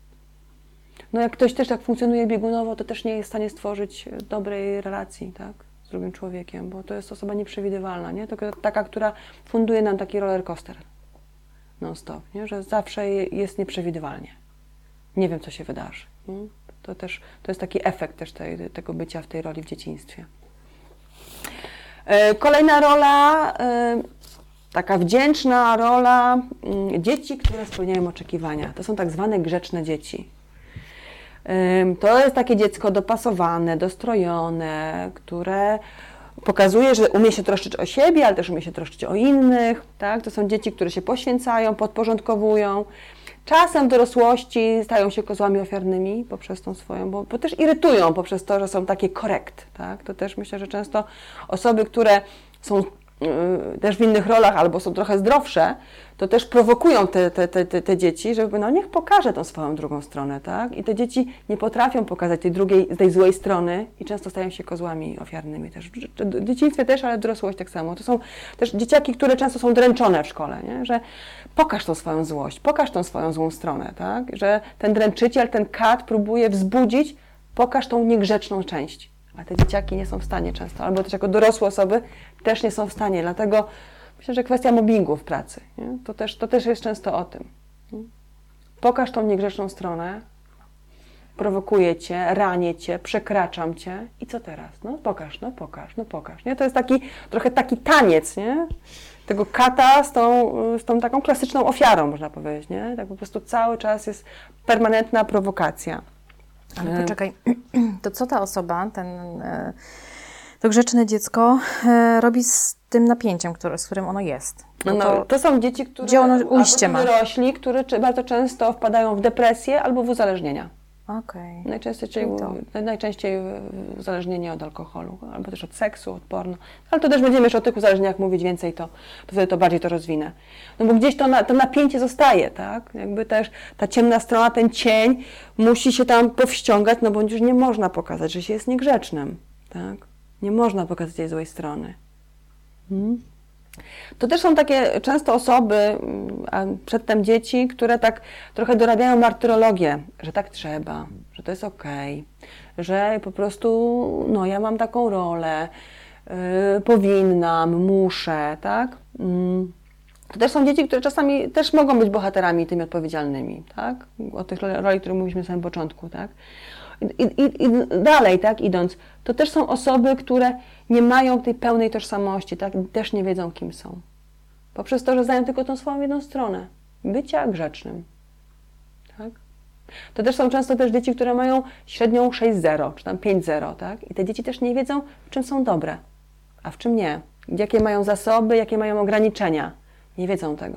B: No jak ktoś też tak funkcjonuje biegunowo, to też nie jest w stanie stworzyć dobrej relacji, tak, z drugim człowiekiem, bo to jest osoba nieprzewidywalna, nie? To taka, która funduje nam taki roller coaster non-stop, nie? Że zawsze jest nieprzewidywalnie. Nie wiem, co się wydarzy. Nie? To też to jest taki efekt też tej, tego bycia w tej roli w dzieciństwie. Kolejna rola, taka wdzięczna rola dzieci, które spełniają oczekiwania. To są tak zwane grzeczne dzieci. To jest takie dziecko dopasowane, dostrojone, które pokazuje, że umie się troszczyć o siebie, ale też umie się troszczyć o innych. Tak? To są dzieci, które się poświęcają, podporządkowują. Czasem w dorosłości stają się kozłami ofiarnymi poprzez tą swoją, bo, bo też irytują poprzez to, że są takie korekt. Tak? To też myślę, że często osoby, które są yy, też w innych rolach albo są trochę zdrowsze, to też prowokują te, te, te, te dzieci, żeby no niech pokaże tą swoją drugą stronę, tak? I te dzieci nie potrafią pokazać tej drugiej, tej złej strony i często stają się kozłami ofiarnymi też. W dzieciństwie też, ale w dorosłości tak samo. To są też dzieciaki, które często są dręczone w szkole, nie? Że pokaż tą swoją złość, pokaż tą swoją złą stronę, tak? Że ten dręczyciel, ten kat próbuje wzbudzić, pokaż tą niegrzeczną część. A te dzieciaki nie są w stanie często, albo też jako dorosłe osoby też nie są w stanie, dlatego myślę, że kwestia mobbingu w pracy, nie? To, też, to też jest często o tym. Nie? Pokaż tą niegrzeczną stronę, prowokuję Cię, ranię Cię, przekraczam Cię i co teraz? No pokaż, no pokaż, no pokaż. Nie? To jest taki, trochę taki taniec, nie? Tego kata z tą, z tą taką klasyczną ofiarą, można powiedzieć. Nie? Tak po prostu cały czas jest permanentna prowokacja.
A: Ale poczekaj, to co ta osoba, ten, to grzeczne dziecko robi z tym napięciem, które, z którym ono jest?
B: No to, no, to są dzieci, które
A: gdzie ono ujście ma?
B: Dorośli, którzy bardzo często wpadają w depresję albo w uzależnienia.
A: Okay.
B: Najczęściej, najczęściej uzależnienie od alkoholu, albo też od seksu, od porno. Ale to też będziemy jeszcze o tych uzależnieniach mówić więcej, to, to wtedy to bardziej to rozwinę. No bo gdzieś to, na, to napięcie zostaje, tak? Jakby też ta ciemna strona, ten cień musi się tam powściągać, no bo już nie można pokazać, że się jest niegrzecznym, tak? Nie można pokazać tej złej strony. Hmm? To też są takie często osoby, a przedtem dzieci, które tak trochę dorabiają martyrologię, że tak trzeba, że to jest okej, że po prostu no ja mam taką rolę, yy, powinnam, muszę, tak? Yy. To też są dzieci, które czasami też mogą być bohaterami tymi odpowiedzialnymi, tak? O tych roli, które mówiliśmy na samym początku, tak? I, i, i dalej, tak, idąc, to też są osoby, które nie mają tej pełnej tożsamości, tak, i też nie wiedzą, kim są. Poprzez to, że znają tylko tą swoją jedną stronę, bycia grzecznym, tak. To też są często też dzieci, które mają średnią sześć zero, czy tam pięć zero, tak, i te dzieci też nie wiedzą, w czym są dobre, a w czym nie, jakie mają zasoby, jakie mają ograniczenia, nie wiedzą tego.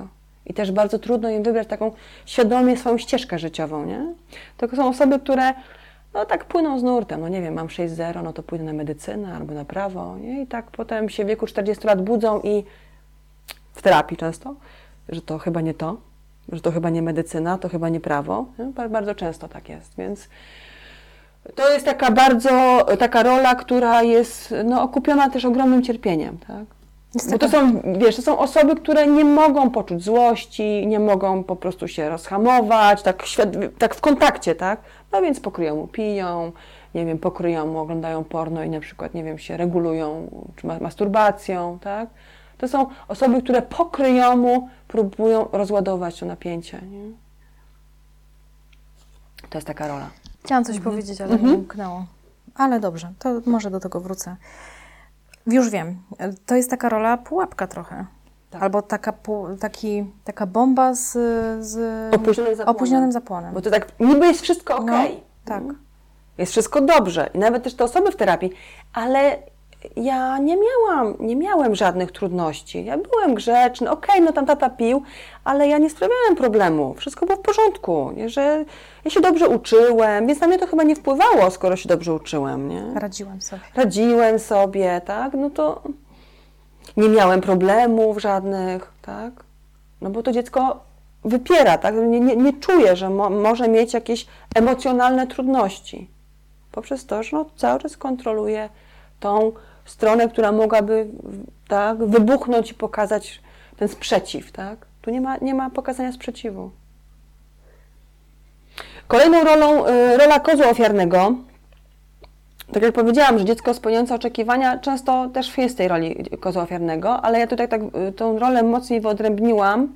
B: i też bardzo trudno im wybrać taką świadomie swoją ścieżkę życiową, nie? To są osoby, które no tak płyną z nurtem, no nie wiem, mam sześć zero, no to pójdę na medycynę albo na prawo, nie? I tak potem się w wieku czterdziestu lat budzą i w terapii często, że to chyba nie to, że to chyba nie medycyna, to chyba nie prawo, nie? Bardzo często tak jest, więc to jest taka bardzo, taka rola, która jest no, okupiona też ogromnym cierpieniem, tak? Bo to są, wiesz, to są osoby, które nie mogą poczuć złości, nie mogą po prostu się rozhamować, tak, tak w kontakcie, tak? No więc pokryją mu, piją, nie wiem, pokryją mu, oglądają porno i na przykład, nie wiem, się regulują, czy masturbacją, tak? To są osoby, które pokryją mu, próbują rozładować to napięcie, nie? To jest taka rola.
A: Chciałam coś mhm. powiedzieć, ale mhm. mi umknęło. Ale dobrze, to może do tego wrócę. Już wiem, to jest taka rola pułapka trochę. Tak. Albo taka, taki, taka bomba z, z
B: opóźnionym, zapłonem.
A: opóźnionym zapłonem.
B: Bo to tak, niby jest wszystko okej. Okay.
A: No, tak.
B: Jest wszystko dobrze. I nawet też te osoby w terapii, ale ja nie miałam, nie miałem żadnych trudności. Ja byłem grzeczny, okej, okay, no tam tata pił, ale ja nie sprawiałem problemu. Wszystko było w porządku, nie? Że ja się dobrze uczyłem, więc na mnie to chyba nie wpływało, skoro się dobrze uczyłem, nie?
A: Radziłem sobie.
B: Radziłem sobie, tak? No to nie miałem problemów żadnych, tak? No bo to dziecko wypiera, tak? Nie, nie, nie czuje, że mo, może mieć jakieś emocjonalne trudności. Poprzez to, że no, cały czas kontroluje tą stronę, która mogłaby tak, wybuchnąć i pokazać ten sprzeciw, tak? Tu nie ma, nie ma pokazania sprzeciwu. Kolejną rolą, rola kozła ofiarnego. Tak jak powiedziałam, że dziecko spełniające oczekiwania często też jest w tej roli kozła ofiarnego, ale ja tutaj tak tą rolę mocniej wyodrębniłam,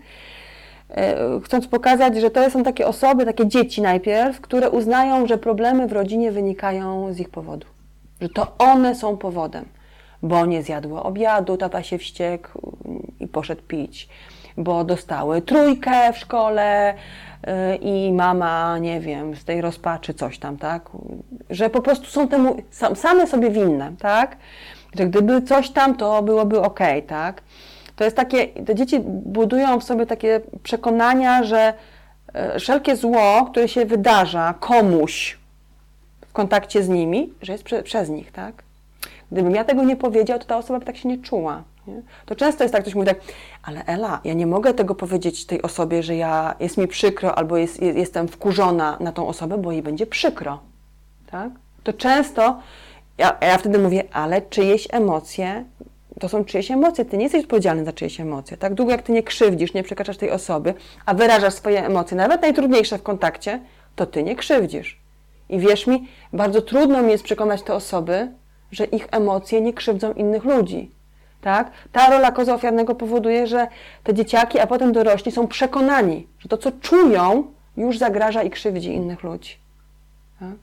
B: chcąc pokazać, że to są takie osoby, takie dzieci najpierw, które uznają, że problemy w rodzinie wynikają z ich powodu. Że to one są powodem, bo nie zjadły obiadu, tata się wściekł i poszedł pić, bo dostały trójkę w szkole i mama, nie wiem, z tej rozpaczy coś tam, tak? Że po prostu są temu same sobie winne, tak? Że gdyby coś tam, to byłoby okej, tak? To jest takie, te dzieci budują w sobie takie przekonania, że wszelkie zło, które się wydarza komuś w kontakcie z nimi, że jest prze, przez nich, tak? Gdybym ja tego nie powiedział, to ta osoba by tak się nie czuła. Nie? To często jest tak, ktoś mówi tak, ale Ela, ja nie mogę tego powiedzieć tej osobie, że ja, jest mi przykro albo jest, jest, jestem wkurzona na tą osobę, bo jej będzie przykro. Tak? To często, ja, ja wtedy mówię, ale czyjeś emocje, to są czyjeś emocje, ty nie jesteś odpowiedzialny za czyjeś emocje. Tak długo jak ty nie krzywdzisz, nie przekraczasz tej osoby, a wyrażasz swoje emocje, nawet najtrudniejsze w kontakcie, to ty nie krzywdzisz. I wierz mi, bardzo trudno mi jest przekonać te osoby, że ich emocje nie krzywdzą innych ludzi. Tak? Ta rola kozła ofiarnego powoduje, że te dzieciaki, a potem dorośli są przekonani, że to, co czują, już zagraża i krzywdzi innych ludzi. Tak?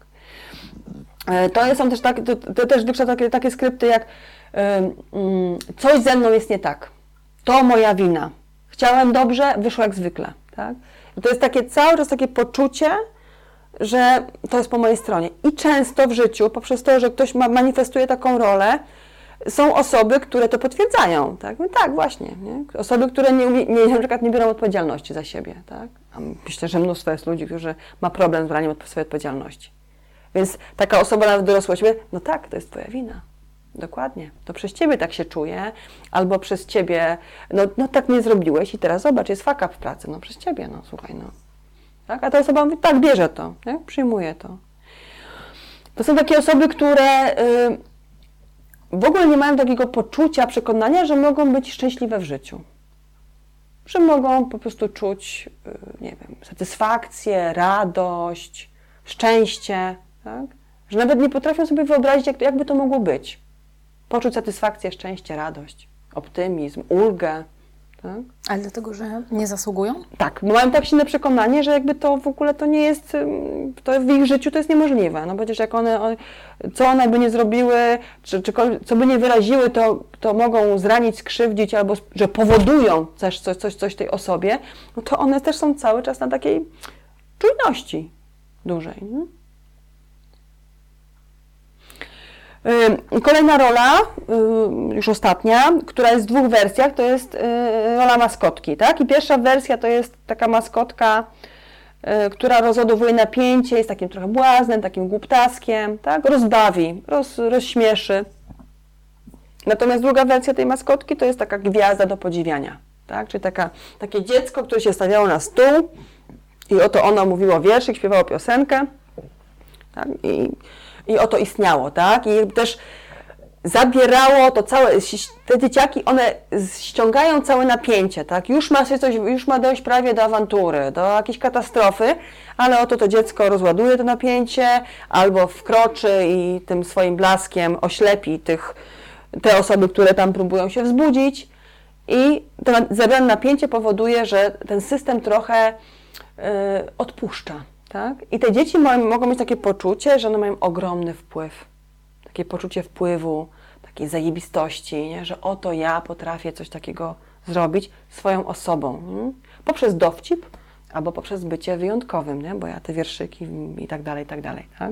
B: To są też, tak, to, to też takie, takie skrypty jak um, coś ze mną jest nie tak, to moja wina, chciałem dobrze, wyszło jak zwykle. Tak? I to jest takie cały czas takie poczucie, że to jest po mojej stronie. I często w życiu, poprzez to, że ktoś ma, manifestuje taką rolę, są osoby, które to potwierdzają. Tak, no tak właśnie. Nie? Osoby, które nie, nie, na przykład nie biorą odpowiedzialności za siebie. Tak? A myślę, że mnóstwo jest ludzi, którzy ma problem z braniem swojej odpowiedzialności. Więc taka osoba nawet dorosła siebie, no tak, to jest twoja wina. Dokładnie. To przez ciebie tak się czuje, albo przez ciebie, no, no tak nie zrobiłeś i teraz zobacz, jest fuck up w pracy. No przez ciebie, no słuchaj, no. Tak? A ta osoba mówi, tak, bierze to, nie? Przyjmuje to. To są takie osoby, które y, w ogóle nie mają takiego poczucia, przekonania, że mogą być szczęśliwe w życiu. Że mogą po prostu czuć, y, nie wiem, satysfakcję, radość, szczęście, tak? Że nawet nie potrafią sobie wyobrazić, jak, jakby to mogło być. Poczuć satysfakcję, szczęście, radość, optymizm, ulgę. Tak?
A: Ale dlatego, że nie zasługują?
B: Tak, bo mają tak silne przekonanie, że jakby to w ogóle to nie jest, to w ich życiu to jest niemożliwe. No przecież jak one, co one by nie zrobiły, czy, czy co by nie wyraziły, to, to mogą zranić, skrzywdzić, albo że powodują też coś, coś, coś tej osobie, no to one też są cały czas na takiej czujności dużej. Nie? Kolejna rola, już ostatnia, która jest w dwóch wersjach, to jest rola maskotki, tak? I pierwsza wersja to jest taka maskotka, która rozładowuje napięcie, jest takim trochę błaznem, takim głuptaskiem, tak? Rozbawi, roz, rozśmieszy. Natomiast druga wersja tej maskotki to jest taka gwiazda do podziwiania, tak? Czyli taka, takie dziecko, które się stawiało na stół i oto ono mówiło wierszyk, śpiewało piosenkę, tak? I, i oto istniało, tak? I też zabierało to całe, te dzieciaki, one ściągają całe napięcie, tak? Już ma się coś, już ma dojść prawie do awantury, do jakiejś katastrofy, ale oto to dziecko rozładuje to napięcie albo wkroczy i tym swoim blaskiem oślepi tych, te osoby, które tam próbują się wzbudzić i to zabrane napięcie powoduje, że ten system trochę yy, odpuszcza, tak? I te dzieci mają, mogą mieć takie poczucie, że one mają ogromny wpływ. Takie poczucie wpływu, takiej zajebistości, nie? Że oto ja potrafię coś takiego zrobić swoją osobą. Nie? Poprzez dowcip albo poprzez bycie wyjątkowym, nie? Bo ja te wierszyki i tak dalej, i tak dalej. Tak?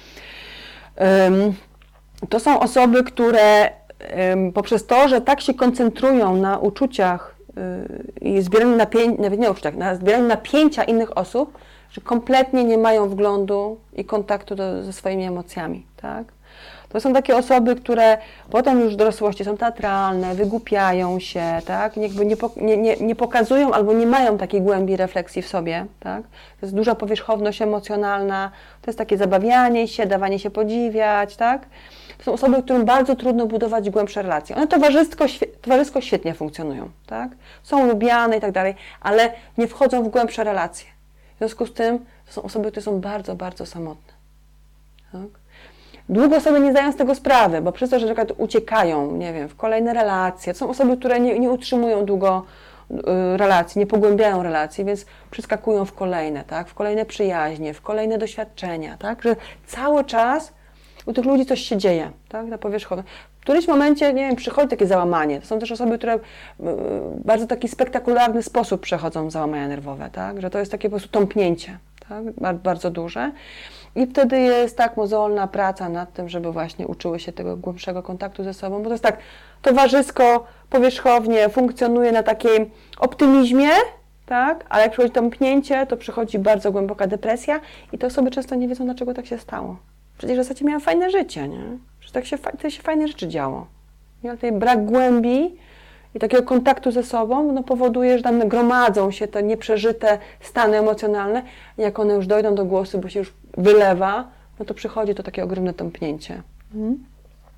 B: Um, to są osoby, które um, poprzez to, że tak się koncentrują na uczuciach yy, i zbieraniu napięcia, nawet nie uczuciach, na zbieraniu napięcia innych osób, że kompletnie nie mają wglądu i kontaktu do, ze swoimi emocjami. Tak? To są takie osoby, które potem już w dorosłości są teatralne, wygłupiają się, tak? Jakby nie, nie, nie, nie pokazują albo nie mają takiej głębi refleksji w sobie. Tak? To jest duża powierzchowność emocjonalna, to jest takie zabawianie się, dawanie się podziwiać. Tak? To są osoby, którym bardzo trudno budować głębsze relacje. One towarzysko, towarzysko świetnie funkcjonują, tak? Są lubiane i tak dalej, ale nie wchodzą w głębsze relacje. W związku z tym to są osoby, które są bardzo, bardzo samotne. Tak? Długo sobie nie zdają z tego sprawy, bo przez to, że na przykład uciekają, nie wiem, w kolejne relacje, to są osoby, które nie, nie utrzymują długo y, relacji, nie pogłębiają relacji, więc przeskakują w kolejne, tak, w kolejne przyjaźnie, w kolejne doświadczenia, tak, że cały czas u tych ludzi coś się dzieje, tak, na powierzchownym. W którymś momencie, nie wiem, przychodzi takie załamanie. To są też osoby, które w bardzo taki spektakularny sposób przechodzą załamania nerwowe, tak, że to jest takie po prostu tąpnięcie, tak, bardzo duże. I wtedy jest tak mozolna praca nad tym, żeby właśnie uczyły się tego głębszego kontaktu ze sobą, bo to jest tak towarzysko, powierzchownie, funkcjonuje na takim optymizmie, tak? Ale jak przychodzi tąpnięcie, to przychodzi bardzo głęboka depresja i te osoby często nie wiedzą, dlaczego tak się stało. Przecież w zasadzie miałam fajne życie, nie? Że tak się, to się fajne rzeczy działo. I ale ten brak głębi i takiego kontaktu ze sobą no, powoduje, że tam gromadzą się te nieprzeżyte stany emocjonalne i jak one już dojdą do głosu, bo się już wylewa, no to przychodzi to takie ogromne tąpnięcie. Mhm.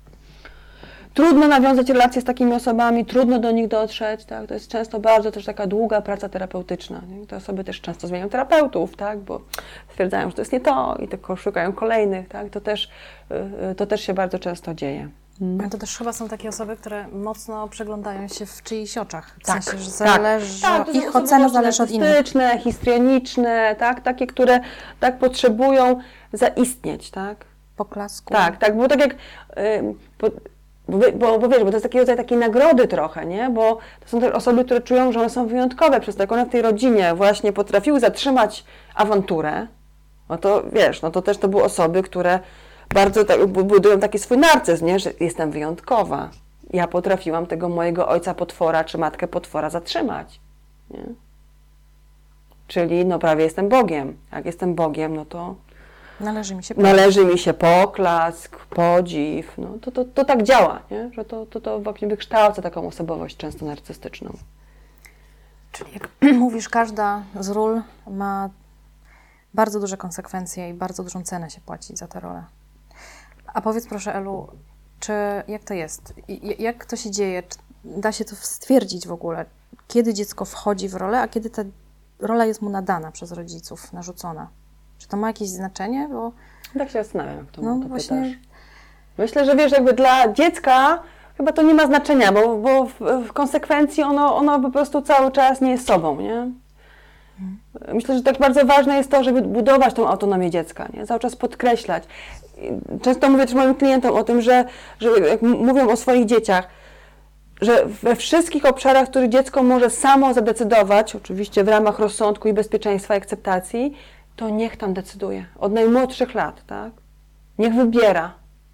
B: Trudno nawiązać relacje z takimi osobami, trudno do nich dotrzeć, tak? To jest często bardzo też taka długa praca terapeutyczna. Nie? Te osoby też często zmieniają terapeutów, tak? Bo stwierdzają, że to jest nie to i tylko szukają kolejnych, tak? To też, to też się bardzo często dzieje.
A: Hmm. To też chyba są takie osoby, które mocno przeglądają się w czyichś oczach. W
B: tak,
A: sensie, że zależy,
B: tak, tak,
A: ich ocena zależy od innych.
B: Narcystyczne, histrioniczne, tak? Takie, które tak potrzebują zaistnieć, tak?
A: Poklasku.
B: Tak, tak, bo tak jak... Yy, bo, Bo, bo, bo wiesz, bo to jest taki rodzaj takiej nagrody trochę, nie? Bo to są te osoby, które czują, że one są wyjątkowe, przez to jak one w tej rodzinie właśnie potrafiły zatrzymać awanturę, no to wiesz, no to też to były osoby, które bardzo tak, budują taki swój narcyzm, nie? Że jestem wyjątkowa. Ja potrafiłam tego mojego ojca potwora czy matkę potwora zatrzymać, nie? Czyli no prawie jestem Bogiem. Jak jestem Bogiem, no to
A: Należy mi się
B: Należy mi się poklask, podziw, no to, to, to tak działa, nie? Że to, to, to właśnie wykształca taką osobowość często narcystyczną.
A: Czyli jak mówisz, każda z ról ma bardzo duże konsekwencje i bardzo dużą cenę się płaci za tę rolę. A powiedz proszę, Elu, czy jak to jest? I, jak to się dzieje? Czy da się to stwierdzić w ogóle? Kiedy dziecko wchodzi w rolę, a kiedy ta rola jest mu nadana przez rodziców, narzucona? Czy to ma jakieś znaczenie? Bo...
B: Tak się zastanawiam, jak to,
A: no,
B: to
A: właśnie...
B: pytasz. Myślę, że wiesz, jakby dla dziecka chyba to nie ma znaczenia, bo, bo w, w konsekwencji ono, ono po prostu cały czas nie jest sobą, nie? Hmm. Myślę, że tak bardzo ważne jest to, żeby budować tą autonomię dziecka, nie? Cały czas podkreślać. Często mówię też moim klientom o tym, że, że jak mówią o swoich dzieciach, że we wszystkich obszarach, w których dziecko może samo zadecydować, oczywiście w ramach rozsądku i bezpieczeństwa i akceptacji, to niech tam decyduje. Od najmłodszych lat, tak? Niech wybiera.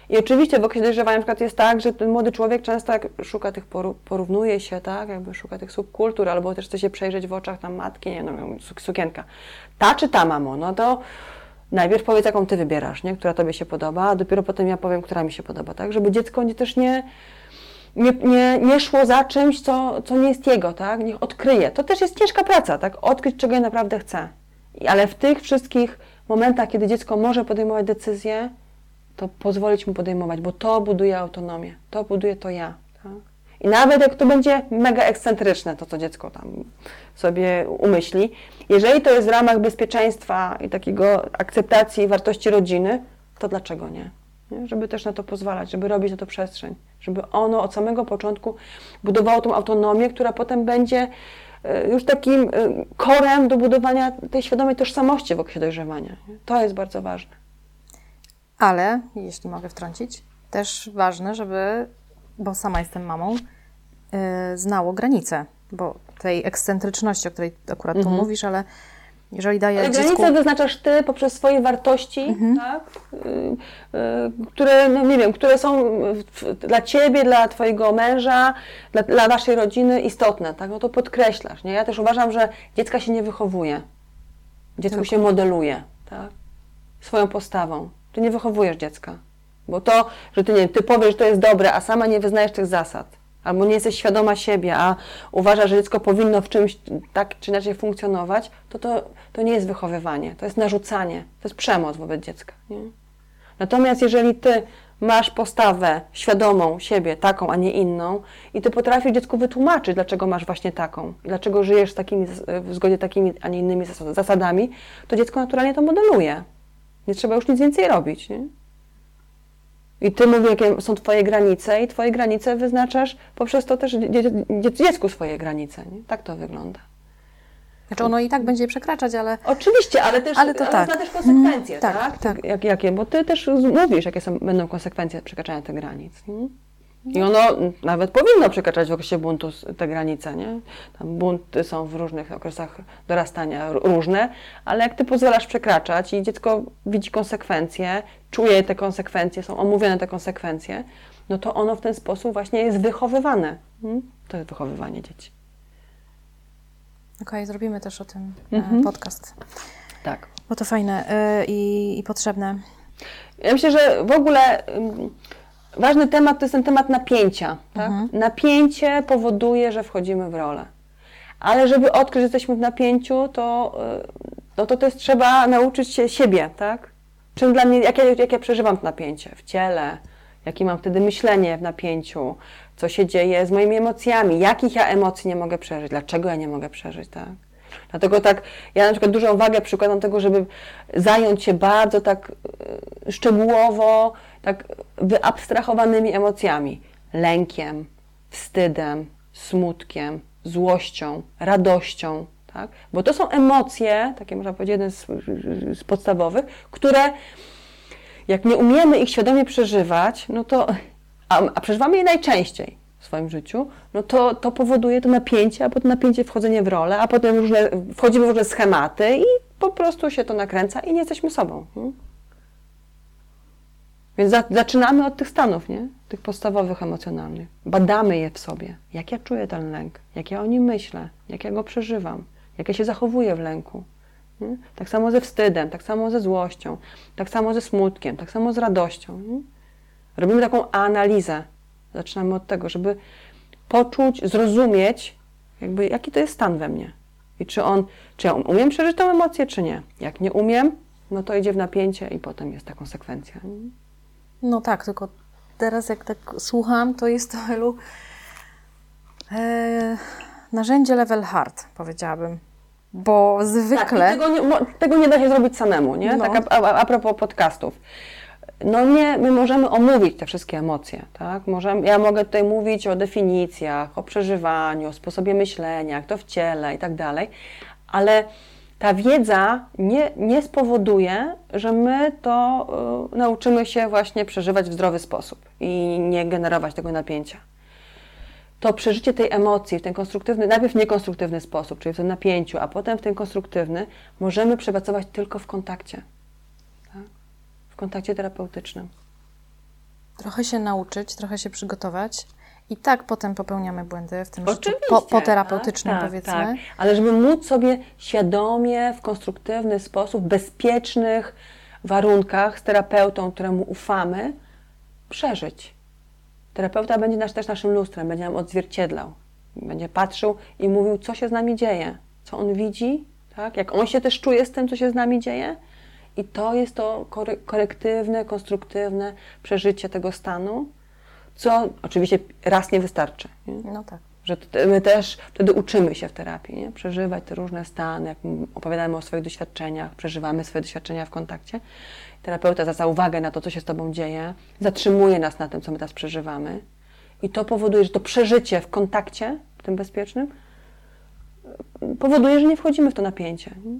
B: I oczywiście w okresie dojrzewania na przykład jest tak, że ten młody człowiek często jak szuka tych, porównuje się, tak, jakby szuka tych subkultur, albo też chce się przejrzeć w oczach tam matki, nie no, sukienka. Ta czy ta, mamo? No to najpierw powiedz, jaką ty wybierasz, nie? Która tobie się podoba, a dopiero potem ja powiem, która mi się podoba, tak? Żeby dziecko nie, też nie, nie, nie, nie szło za czymś, co, co nie jest jego, tak? Niech odkryje. To też jest ciężka praca, tak? Odkryć, czego ja naprawdę chcę. Ale w tych wszystkich momentach, kiedy dziecko może podejmować decyzje, to pozwolić mu podejmować, bo to buduje autonomię, to buduje to ja. Tak? I nawet jak to będzie mega ekscentryczne, to co dziecko tam sobie umyśli, jeżeli to jest w ramach bezpieczeństwa i takiego akceptacji wartości rodziny, to dlaczego nie? nie? Żeby też na to pozwalać, żeby robić na to przestrzeń, żeby ono od samego początku budowało tą autonomię, która potem będzie już takim korem do budowania tej świadomej tożsamości w okresie dojrzewania. To jest bardzo ważne.
A: Ale, jeśli mogę wtrącić, też ważne, żeby, bo sama jestem mamą, yy, znało granice, bo tej ekscentryczności, o której akurat
B: mhm.
A: tu mówisz, ale jeżeli daję
B: ale
A: dziecku...
B: granice wyznaczasz ty poprzez swoje wartości, mhm. tak? Yy, yy, które, no nie wiem, które są w, dla ciebie, dla twojego męża, dla, dla waszej rodziny istotne, tak? No to podkreślasz, nie? Ja też uważam, że dziecka się nie wychowuje. Dziecko Tylko. się modeluje, tak? Swoją postawą. Ty nie wychowujesz dziecka, bo to, że ty, nie, ty powiesz, że to jest dobre, a sama nie wyznajesz tych zasad, albo nie jesteś świadoma siebie, a uważasz, że dziecko powinno w czymś tak czy inaczej funkcjonować, to to, to nie jest wychowywanie, to jest narzucanie, to jest przemoc wobec dziecka. Nie? Natomiast jeżeli ty masz postawę świadomą siebie, taką, a nie inną, i ty potrafisz dziecku wytłumaczyć, dlaczego masz właśnie taką, i dlaczego żyjesz z takimi, w zgodzie takimi, a nie innymi zasadami, to dziecko naturalnie to modeluje. Nie trzeba już nic więcej robić, nie? I ty mówisz, jakie są twoje granice i twoje granice wyznaczasz poprzez to też dzie- dziecku swoje granice, nie? Tak to wygląda.
A: Znaczy ono i tak będzie przekraczać, ale...
B: Oczywiście, ale też
A: ale to
B: ale
A: tak.
B: zna też konsekwencje,
A: tak?
B: tak?
A: tak.
B: Jak, jakie? Bo ty też mówisz, jakie są, będą konsekwencje przekraczania tych granic. Nie? I ono nawet powinno przekraczać w okresie buntu te granice, nie? Tam bunty są w różnych okresach dorastania różne, ale jak ty pozwalasz przekraczać i dziecko widzi konsekwencje, czuje te konsekwencje, są omówione te konsekwencje, no to ono w ten sposób właśnie jest wychowywane. To jest wychowywanie dzieci.
A: Okej, okay, zrobimy też o tym
B: mhm.
A: podcast.
B: Tak.
A: Bo to fajne yy, i, i potrzebne.
B: Ja myślę, że w ogóle... Yy, ważny temat to jest ten temat napięcia. Tak? Mhm. Napięcie powoduje, że wchodzimy w rolę. Ale żeby odkryć, że jesteśmy w napięciu, to, no to też trzeba nauczyć się siebie, tak? Czym dla mnie, jak ja, jak ja przeżywam to napięcie w ciele, jakie mam wtedy myślenie w napięciu, co się dzieje z moimi emocjami, jakich ja emocji nie mogę przeżyć, dlaczego ja nie mogę przeżyć, tak? Dlatego tak, ja na przykład dużą wagę przykładam tego, żeby zająć się bardzo tak szczegółowo, tak wyabstrahowanymi emocjami. Lękiem, wstydem, smutkiem, złością, radością, tak? Bo to są emocje, takie można powiedzieć, jeden z, z podstawowych, które jak nie umiemy ich świadomie przeżywać, no to, a, a przeżywamy je najczęściej w swoim życiu, no to, to powoduje to napięcie, a potem napięcie wchodzenie w rolę, a potem różne, wchodzimy w różne schematy i po prostu się to nakręca i nie jesteśmy sobą. Hmm? Więc za, zaczynamy od tych stanów, nie? Tych podstawowych emocjonalnych. Badamy je w sobie. Jak ja czuję ten lęk, jak ja o nim myślę, jak ja go przeżywam, jak ja się zachowuję w lęku. Nie? Tak samo ze wstydem, tak samo ze złością, tak samo ze smutkiem, tak samo z radością. Nie? Robimy taką analizę. Zaczynamy od tego, żeby poczuć, zrozumieć, jakby jaki to jest stan we mnie. I czy on, czy ja umiem przeżyć tę emocję, czy nie. Jak nie umiem, no to idzie w napięcie i potem jest ta konsekwencja. Nie?
A: No tak, tylko teraz jak tak słucham, to jest to Elu e, narzędzie level hard, powiedziałabym. Bo zwykle...
B: Tak, i tego, nie, tego nie da się zrobić samemu, nie?
A: No.
B: Tak a, a, a propos podcastów. No nie, my możemy omówić te wszystkie emocje, tak? Możemy, ja mogę tutaj mówić o definicjach, o przeżywaniu, o sposobie myślenia, jak to w ciele i tak dalej, ale ta wiedza nie, nie spowoduje, że my to y, nauczymy się właśnie przeżywać w zdrowy sposób i nie generować tego napięcia. To przeżycie tej emocji w ten konstruktywny, najpierw w niekonstruktywny sposób, czyli w tym napięciu, a potem w ten konstruktywny, możemy przepracować tylko w kontakcie. Tak? W kontakcie terapeutycznym.
A: Trochę się nauczyć, trochę się przygotować i tak potem popełniamy błędy w tym życiu
B: Oczywiście,
A: po, poterapeutycznym,
B: tak, tak,
A: powiedzmy.
B: Tak. Ale żeby móc sobie świadomie, w konstruktywny sposób, w bezpiecznych warunkach z terapeutą, któremu ufamy, przeżyć. Terapeuta będzie nasz, też naszym lustrem, będzie nam odzwierciedlał. Będzie patrzył i mówił, co się z nami dzieje, co on widzi, tak? Jak on się też czuje z tym, co się z nami dzieje. I to jest to korektywne, konstruktywne przeżycie tego stanu, co oczywiście raz nie wystarczy. Nie?
A: No tak.
B: Że my też wtedy uczymy się w terapii, nie? Przeżywać te różne stany, jak opowiadamy o swoich doświadczeniach, przeżywamy swoje doświadczenia w kontakcie. Terapeuta zwraca uwagę na to, co się z tobą dzieje, zatrzymuje nas na tym, co my teraz przeżywamy i to powoduje, że to przeżycie w kontakcie, w tym bezpiecznym, powoduje, że nie wchodzimy w to napięcie. Nie?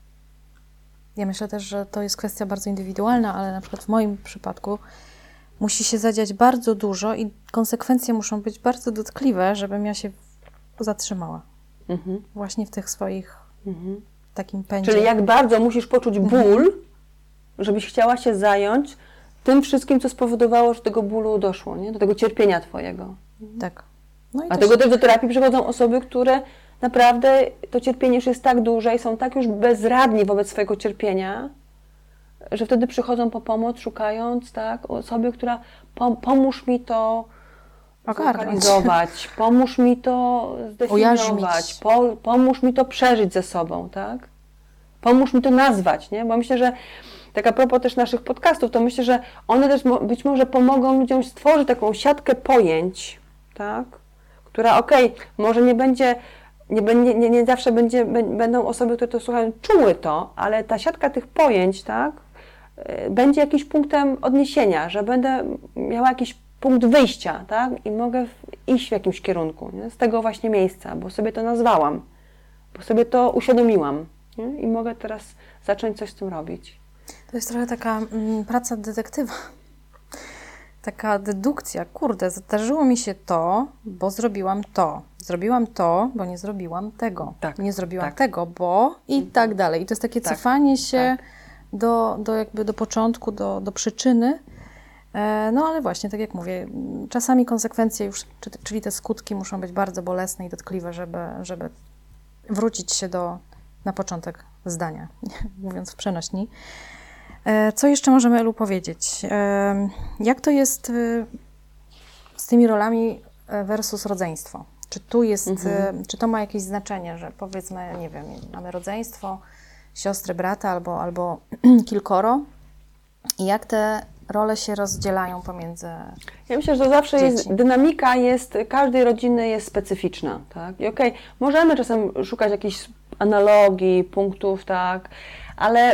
A: Ja myślę też, że to jest kwestia bardzo indywidualna, ale na przykład w moim przypadku musi się zadziać bardzo dużo i konsekwencje muszą być bardzo dotkliwe, żebym ja się zatrzymała. Mhm. Właśnie w tych swoich mhm. takim pędzie.
B: Czyli jak bardzo musisz poczuć ból, mhm. żebyś chciała się zająć tym wszystkim, co spowodowało, że do tego bólu doszło, nie? Do tego cierpienia twojego.
A: Tak. No i
B: A tego też do terapii przychodzą osoby, które naprawdę to cierpienie już jest tak duże i są tak już bezradni wobec swojego cierpienia, że wtedy przychodzą po pomoc, szukając tak, osoby, która pom- pomóż mi to zorganizować, pomóż mi to zdefiniować, po, pomóż mi to przeżyć ze sobą, tak? Pomóż mi to nazwać, nie? Bo myślę, że tak a propos też naszych podcastów, to myślę, że one też mo- być może pomogą ludziom stworzyć taką siatkę pojęć, tak? Która okej, okay, może nie będzie Nie, nie, nie, nie zawsze będzie, będą osoby, które to słuchają, czuły to, ale ta siatka tych pojęć, tak, będzie jakimś punktem odniesienia, że będę miała jakiś punkt wyjścia, tak, i mogę iść w jakimś kierunku, nie? Z tego właśnie miejsca, bo sobie to nazwałam, bo sobie to uświadomiłam, nie? I mogę teraz zacząć coś z tym robić.
A: To jest trochę taka mm, praca detektywa. Taka dedukcja, kurde, zdarzyło mi się to, bo zrobiłam to. Zrobiłam to, bo nie zrobiłam tego.
B: Tak,
A: nie zrobiłam
B: tak.
A: tego, bo i mhm. tak dalej. I to jest takie
B: tak,
A: cofanie się
B: tak.
A: do, do, jakby do początku, do, do przyczyny. E, no ale właśnie, tak jak mówię, czasami konsekwencje już, czyli te skutki muszą być bardzo bolesne i dotkliwe, żeby, żeby wrócić się do, na początek zdania, mówiąc w przenośni. Co jeszcze możemy, Elu, powiedzieć? Jak to jest z tymi rolami versus rodzeństwo? Czy tu jest, mhm. czy to ma jakieś znaczenie, że powiedzmy, nie wiem, mamy rodzeństwo, siostry, brata albo, albo kilkoro i jak te role się rozdzielają pomiędzy
B: Ja myślę, że to zawsze
A: dzieci.
B: jest, dynamika jest, każdej rodziny jest specyficzna, tak? I okej, okay, możemy czasem szukać jakichś analogii, punktów, tak, ale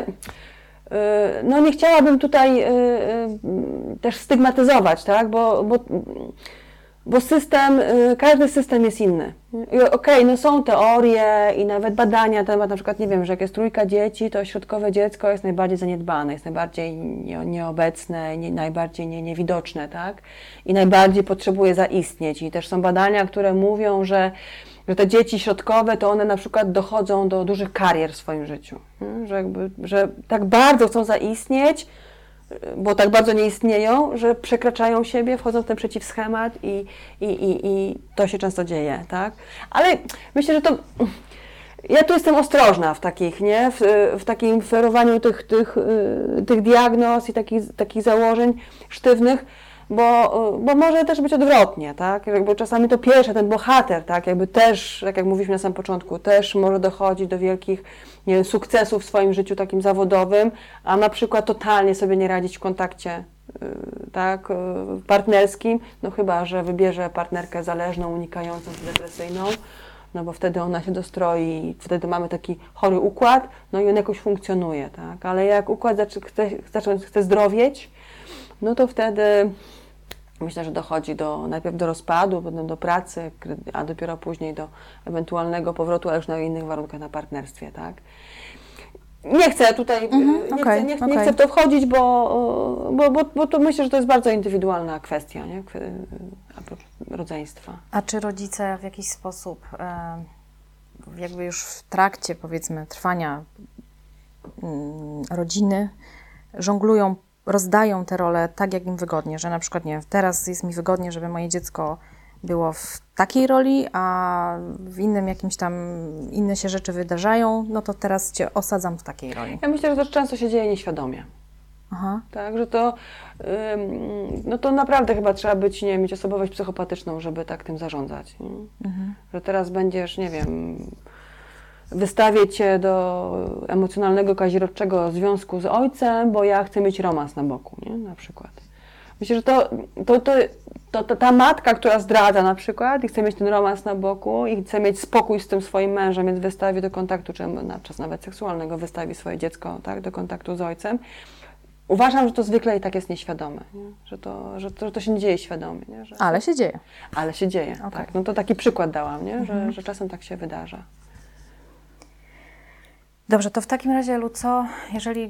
B: no nie chciałabym tutaj y, y, też stygmatyzować, tak? Bo, bo, bo system, y, każdy system jest inny. Okej, okay, no są teorie i nawet badania na temat, na przykład, nie wiem, że jak jest trójka dzieci, to środkowe dziecko jest najbardziej zaniedbane, jest najbardziej nie, nieobecne, nie, najbardziej nie, niewidoczne, tak? I najbardziej potrzebuje zaistnieć. I też są badania, które mówią, że że te dzieci środkowe, to one na przykład dochodzą do dużych karier w swoim życiu. Że, jakby, że tak bardzo chcą zaistnieć, bo tak bardzo nie istnieją, że przekraczają siebie, wchodzą w ten przeciwschemat i, i, i, i to się często dzieje, tak? Ale myślę, że to... Ja tu jestem ostrożna w takich, nie? W, w takim ferowaniu tych, tych, tych diagnoz i takich, takich założeń sztywnych, Bo, bo może też być odwrotnie, tak? Jakby czasami to pierwsze, ten bohater, tak? Jakby też, tak jak mówiliśmy na samym początku, też może dochodzić do wielkich, nie wiem, sukcesów w swoim życiu takim zawodowym, a na przykład totalnie sobie nie radzić w kontakcie, tak? Partnerskim, no chyba że wybierze partnerkę zależną, unikającą, depresyjną, no bo wtedy ona się dostroi, wtedy mamy taki chory układ, no i on jakoś funkcjonuje, tak? Ale jak układ chce, chce, chce zdrowieć, no to wtedy myślę, że dochodzi do, najpierw do rozpadu, potem do pracy, a dopiero później do ewentualnego powrotu, ale już na innych warunkach na partnerstwie, tak? Nie chcę tutaj, mm-hmm, nie, okay, chcę, nie, okay. nie chcę w to wchodzić, bo, bo, bo, bo to myślę, że to jest bardzo indywidualna kwestia, nie? Rodzeństwa.
A: A czy rodzice w jakiś sposób, jakby już w trakcie, powiedzmy, trwania rodziny, żonglują rozdają te role tak, jak im wygodnie, że na przykład, nie wiem, teraz jest mi wygodnie, żeby moje dziecko było w takiej roli, a w innym jakimś tam, inne się rzeczy wydarzają, no to teraz cię osadzam w takiej roli.
B: Ja myślę, że to często się dzieje nieświadomie.
A: Aha.
B: Tak, że to, ym, no to naprawdę chyba trzeba być, nie wiem, mieć osobowość psychopatyczną, żeby tak tym zarządzać. Nie?
A: Mhm.
B: Że teraz będziesz, nie wiem, wystawię cię do emocjonalnego, kazirodczego związku z ojcem, bo ja chcę mieć romans na boku, nie? Na przykład. Myślę, że to, to, to, to, to ta matka, która zdradza na przykład i chce mieć ten romans na boku i chce mieć spokój z tym swoim mężem, więc wystawi do kontaktu, czy na czas nawet seksualnego, wystawi swoje dziecko, tak, do kontaktu z ojcem. Uważam, że to zwykle i tak jest nieświadome, nie? Że, to, że, to, że to się nie dzieje świadomie. Nie? Że,
A: Ale się dzieje.
B: Ale się dzieje,
A: Okay.
B: tak. No to taki przykład dałam, nie?
A: Mhm.
B: Że, że czasem tak się wydarza.
A: Dobrze, to w takim razie, Elu, co, jeżeli,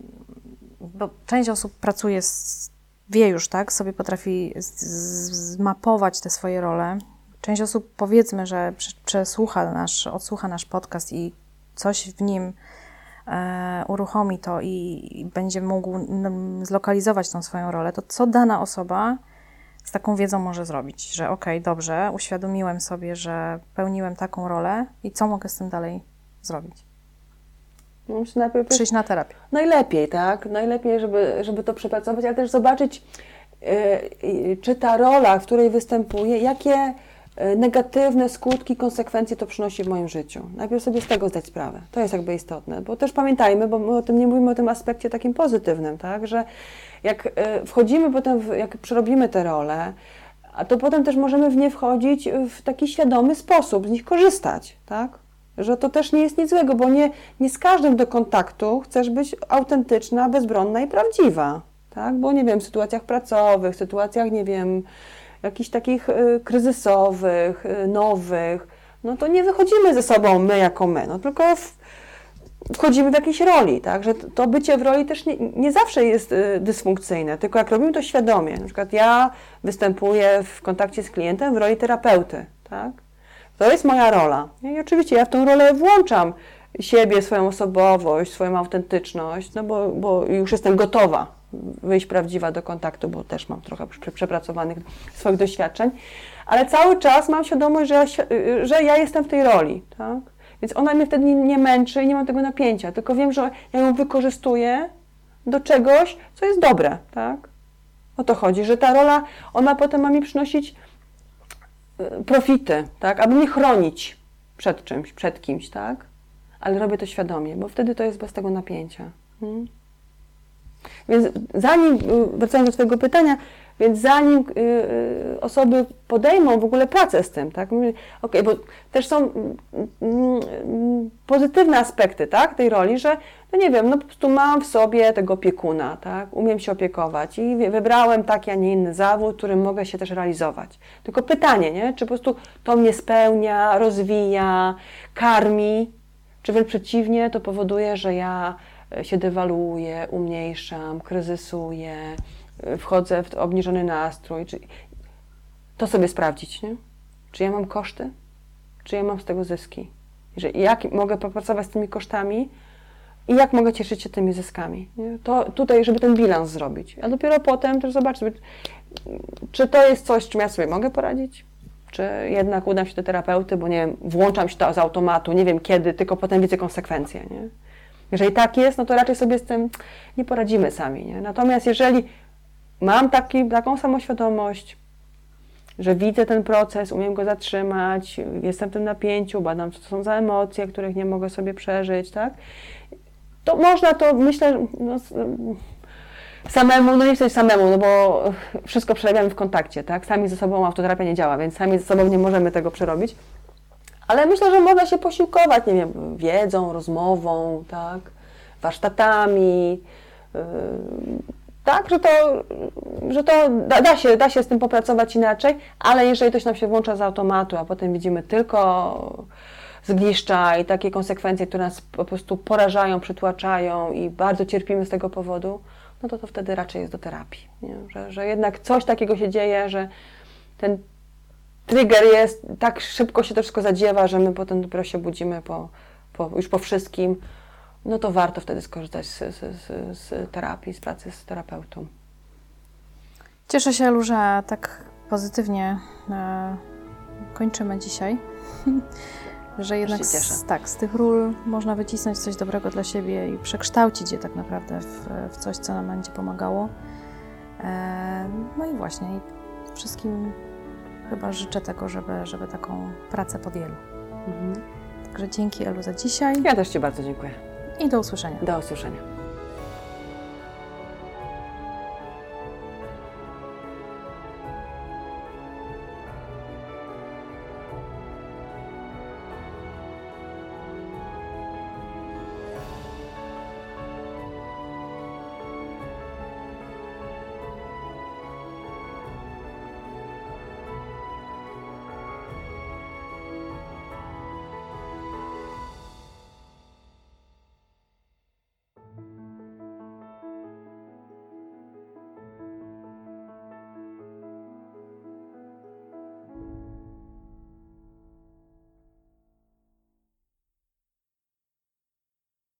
A: bo część osób pracuje, z, wie już, tak, sobie potrafi z, z, zmapować te swoje role. Część osób, powiedzmy, że przesłucha nasz, odsłucha nasz podcast i coś w nim e, uruchomi to i, i będzie mógł n, zlokalizować tą swoją rolę, to co dana osoba z taką wiedzą może zrobić? Że okej, okay, dobrze, uświadomiłem sobie, że pełniłem taką rolę i co mogę z tym dalej zrobić?
B: No, najpierw
A: Przyjść na terapię.
B: Najlepiej, tak? Najlepiej, żeby, żeby to przepracować, ale też zobaczyć, yy, czy ta rola, w której występuję, jakie negatywne skutki, konsekwencje to przynosi w moim życiu. Najpierw sobie z tego zdać sprawę. To jest jakby istotne, bo też pamiętajmy, bo my o tym nie mówimy o tym aspekcie takim pozytywnym, tak? Że jak wchodzimy potem, w, jak przerobimy te role, a to potem też możemy w nie wchodzić w taki świadomy sposób, z nich korzystać, tak? Że to też nie jest nic złego, bo nie, nie z każdym do kontaktu chcesz być autentyczna, bezbronna i prawdziwa, tak? Bo nie wiem, w sytuacjach pracowych, w sytuacjach, nie wiem, jakichś takich y, kryzysowych, y, nowych, no to nie wychodzimy ze sobą my jako my, no tylko w, wchodzimy w jakiejś roli, tak? Że to bycie w roli też nie, nie zawsze jest y, dysfunkcyjne, tylko jak robimy to świadomie, na przykład ja występuję w kontakcie z klientem w roli terapeuty, tak? To jest moja rola. I oczywiście ja w tę rolę włączam siebie, swoją osobowość, swoją autentyczność, no bo, bo już jestem gotowa wyjść prawdziwa do kontaktu, bo też mam trochę przepracowanych swoich doświadczeń, ale cały czas mam świadomość, że ja, że ja jestem w tej roli, tak? Więc ona mnie wtedy nie, nie męczy i nie mam tego napięcia, tylko wiem, że ja ją wykorzystuję do czegoś, co jest dobre, tak? O to chodzi, że ta rola, ona potem ma mi przynosić profity, tak? Aby mnie chronić przed czymś, przed kimś, tak? Ale robię to świadomie, bo wtedy to jest bez tego napięcia. Hmm? Więc zanim, wracając do Twojego pytania, więc zanim y, y, osoby podejmą w ogóle pracę z tym, tak? Okay, bo też są y, y, y, pozytywne aspekty, tak? Tej roli, że no nie wiem, no po prostu mam w sobie tego opiekuna, tak? Umiem się opiekować i wybrałem taki, a nie inny zawód, którym mogę się też realizować. Tylko pytanie, nie? Czy po prostu to mnie spełnia, rozwija, karmi, czy wręcz przeciwnie, to powoduje, że ja się dewaluuję, umniejszam, kryzysuję, wchodzę w obniżony nastrój. Czy... To sobie sprawdzić, nie? Czy ja mam koszty? Czy ja mam z tego zyski? Że jak mogę popracować z tymi kosztami i jak mogę cieszyć się tymi zyskami? Nie? To tutaj, żeby ten bilans zrobić. A dopiero potem też zobaczyć, czy to jest coś, z czym ja sobie mogę poradzić? Czy jednak udam się do terapeuty, bo nie wiem, włączam się to z automatu, nie wiem kiedy, tylko potem widzę konsekwencje, nie? Jeżeli tak jest, no to raczej sobie z tym nie poradzimy sami, nie? Natomiast jeżeli mam taki, taką samoświadomość, że widzę ten proces, umiem go zatrzymać, jestem w tym napięciu, badam, co to są za emocje, których nie mogę sobie przeżyć, tak? To można to, myślę, no, samemu, no nie chcę samemu, no bo wszystko przerabiamy w kontakcie, tak? Sami ze sobą autoterapia nie działa, więc sami ze sobą nie możemy tego przerobić. Ale myślę, że można się posiłkować, nie wiem, wiedzą, rozmową, tak, warsztatami, yy, tak, że to, że to da, da, się, da się z tym popracować inaczej, ale jeżeli coś nam się włącza z automatu, a potem widzimy tylko zgliszcza i takie konsekwencje, które nas po prostu porażają, przytłaczają i bardzo cierpimy z tego powodu, no to to wtedy raczej jest do terapii, nie? Że, że jednak coś takiego się dzieje, że ten trigger jest, tak szybko się to wszystko zadziewa, że my potem dopiero się budzimy po, po, już po wszystkim, no to warto wtedy skorzystać z, z, z, z terapii, z pracy z terapeutą.
A: Cieszę się, Elu, że tak pozytywnie e, kończymy dzisiaj. Że jednak z, tak, z tych ról można wycisnąć coś dobrego dla siebie i przekształcić je tak naprawdę w, w coś, co nam będzie pomagało. E, no i właśnie, i wszystkim chyba życzę tego, żeby, żeby taką pracę podjęli. Mhm. Także dzięki, Elu, za dzisiaj.
B: Ja też Ci bardzo dziękuję.
A: I do usłyszenia.
B: Do usłyszenia.